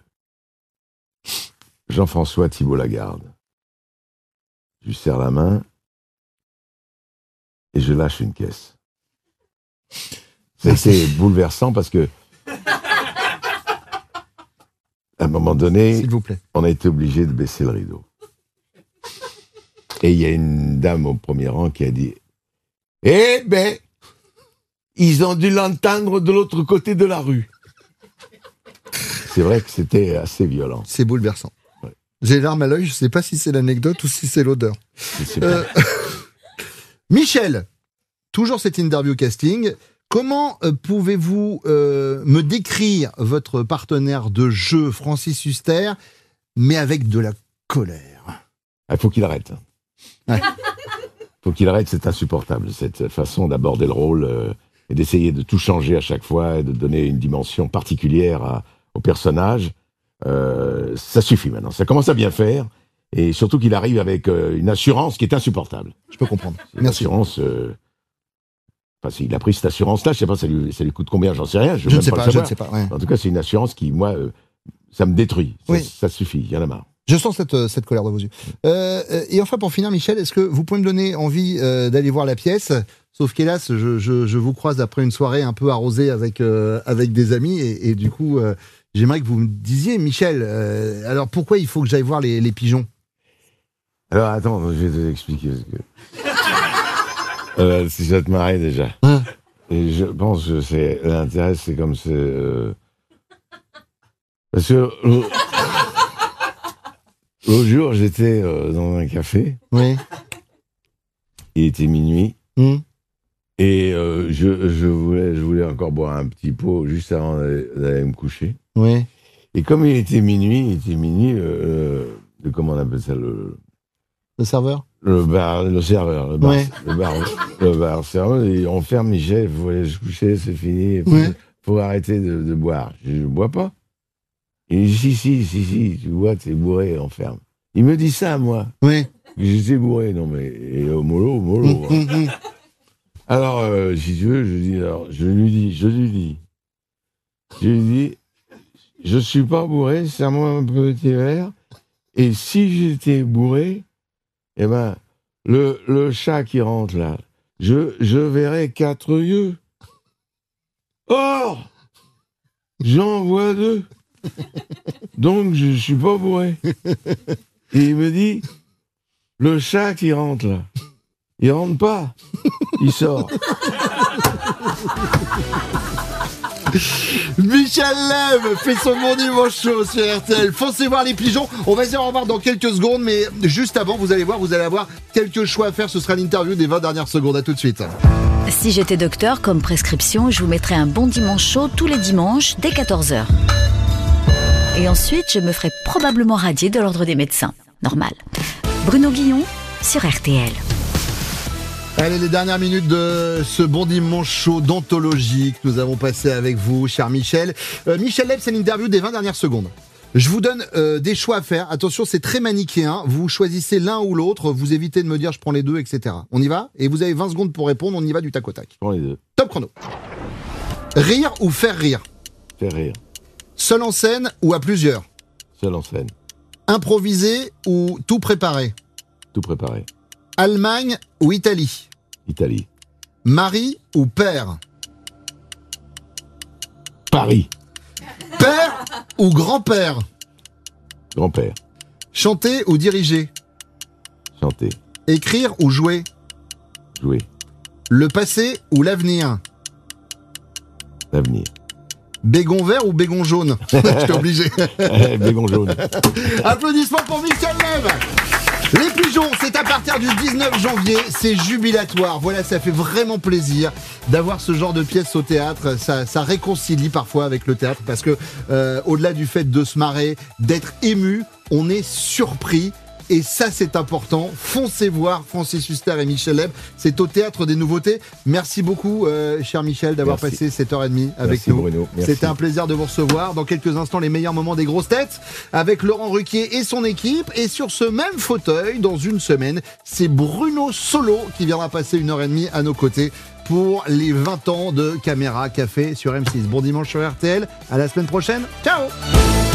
Jean-François Thibault-Lagarde. Je lui serre la main et je lâche une caisse. C'est bouleversant parce que à un moment donné, s'il vous plaît, on a été obligé de baisser le rideau. Et il y a une dame au premier rang qui a dit « Eh ben, ils ont dû l'entendre de l'autre côté de la rue. » C'est vrai que c'était assez violent. C'est bouleversant. Ouais. J'ai les larmes à l'œil, je ne sais pas si c'est l'anecdote ou si c'est l'odeur. Michel, toujours cette interview casting. Comment pouvez-vous me décrire votre partenaire de jeu, Francis Huster, mais avec de la colère ? Il faut qu'il arrête. Il faut qu'il arrête, c'est insupportable, cette façon d'aborder le rôle et d'essayer de tout changer à chaque fois et de donner une dimension particulière au personnage. Ça suffit maintenant, ça commence à bien faire et surtout qu'il arrive avec une assurance qui est insupportable. Je peux comprendre. Merci. Assurance, il a pris cette assurance-là, je sais pas, ça lui coûte combien, j'en sais rien. Je ne sais pas. Ouais. En tout cas, c'est une assurance qui, moi, ça me détruit. Ça suffit, il y en a marre. Je sens cette colère dans vos yeux. Et enfin, pour finir, Michel, est-ce que vous pouvez me donner envie d'aller voir la pièce ? Sauf qu'hélas, je vous croise après une soirée un peu arrosée avec des amis. Et du coup, j'aimerais que vous me disiez, Michel, alors pourquoi il faut que j'aille voir les pigeons ? Alors attends, je vais t'expliquer. Si ça te marre déjà. Et je pense que l'intérêt, c'est comme c'est... parce que... L'autre jour, j'étais dans un café. Oui. Il était minuit. Et je voulais encore boire un petit pot juste avant d'aller me coucher. Oui. Et comme il était minuit, comment on appelle ça, le serveur? Le serveur. Ouais. Le bar serveur, et on ferme, Michel, il faut aller se coucher, c'est fini. Faut arrêter de boire. Je ne bois pas. Il dit, si, tu vois, t'es bourré, on ferme. Il me dit ça, moi. Oui. J'étais bourré, non, mais, mollo. Alors, si tu veux, je lui dis, je suis pas bourré, serre-moi un petit verre, et si j'étais bourré, eh ben, le chat qui rentre là, je verrais 4 yeux. Or, j'en vois 2. Donc, je suis pas bourré. Et il me dit, le chat qui rentre là, il rentre pas, il sort. Michel Leb fait son bon dimanche chaud sur RTL. Foncez voir les pigeons. On va se dire au revoir dans quelques secondes, mais juste avant, vous allez avoir quelques choix à faire. Ce sera l'interview des 20 dernières secondes. À tout de suite. Si j'étais docteur, comme prescription, je vous mettrais un bon dimanche chaud tous les dimanches dès 14h. Et ensuite, je me ferais probablement radier de l'ordre des médecins. Normal. Bruno Guillon sur RTL. Allez, les dernières minutes de ce bon dimanche chaud d'anthologie que nous avons passé avec vous, cher Michel. Michel Leb, c'est l'interview des 20 dernières secondes. Je vous donne des choix à faire. Attention, c'est très manichéen. Vous choisissez l'un ou l'autre. Vous évitez de me dire je prends les deux, etc. On y va ? Et vous avez 20 secondes pour répondre. On y va du tac au tac. Je prends les deux. Top chrono. Rire ou faire rire ? Faire rire. Seul en scène ou à plusieurs ? Seul en scène. Improviser ou tout préparer ? Tout préparé. Allemagne ou Italie ? Italie. Mari ou père ? Paris. Père ou grand-père ? Grand-père. Chanter ou diriger ? Chanter. Écrire ou jouer ? Jouer. Le passé ou l'avenir? L'avenir. Bégon vert ou bégon jaune? J'étais obligé. Bégon jaune. Applaudissements pour Michel Leb. Les pigeons, c'est à partir du 19 janvier, c'est jubilatoire. Voilà, ça fait vraiment plaisir d'avoir ce genre de pièces au théâtre. Ça réconcilie parfois avec le théâtre parce que au-delà du fait de se marrer, d'être ému, on est surpris. Et ça, c'est important. Foncez voir Francis Huster et Michel Leb. C'est au Théâtre des Nouveautés. Merci beaucoup, cher Michel, d'avoir passé cette heure et demie avec nous. Bruno. C'était un plaisir de vous recevoir. Dans quelques instants, les meilleurs moments des grosses têtes avec Laurent Ruquier et son équipe. Et sur ce même fauteuil, dans une semaine, c'est Bruno Solo qui viendra passer 1h30 à nos côtés pour les 20 ans de Caméra Café sur M6. Bon dimanche sur RTL. À la semaine prochaine. Ciao!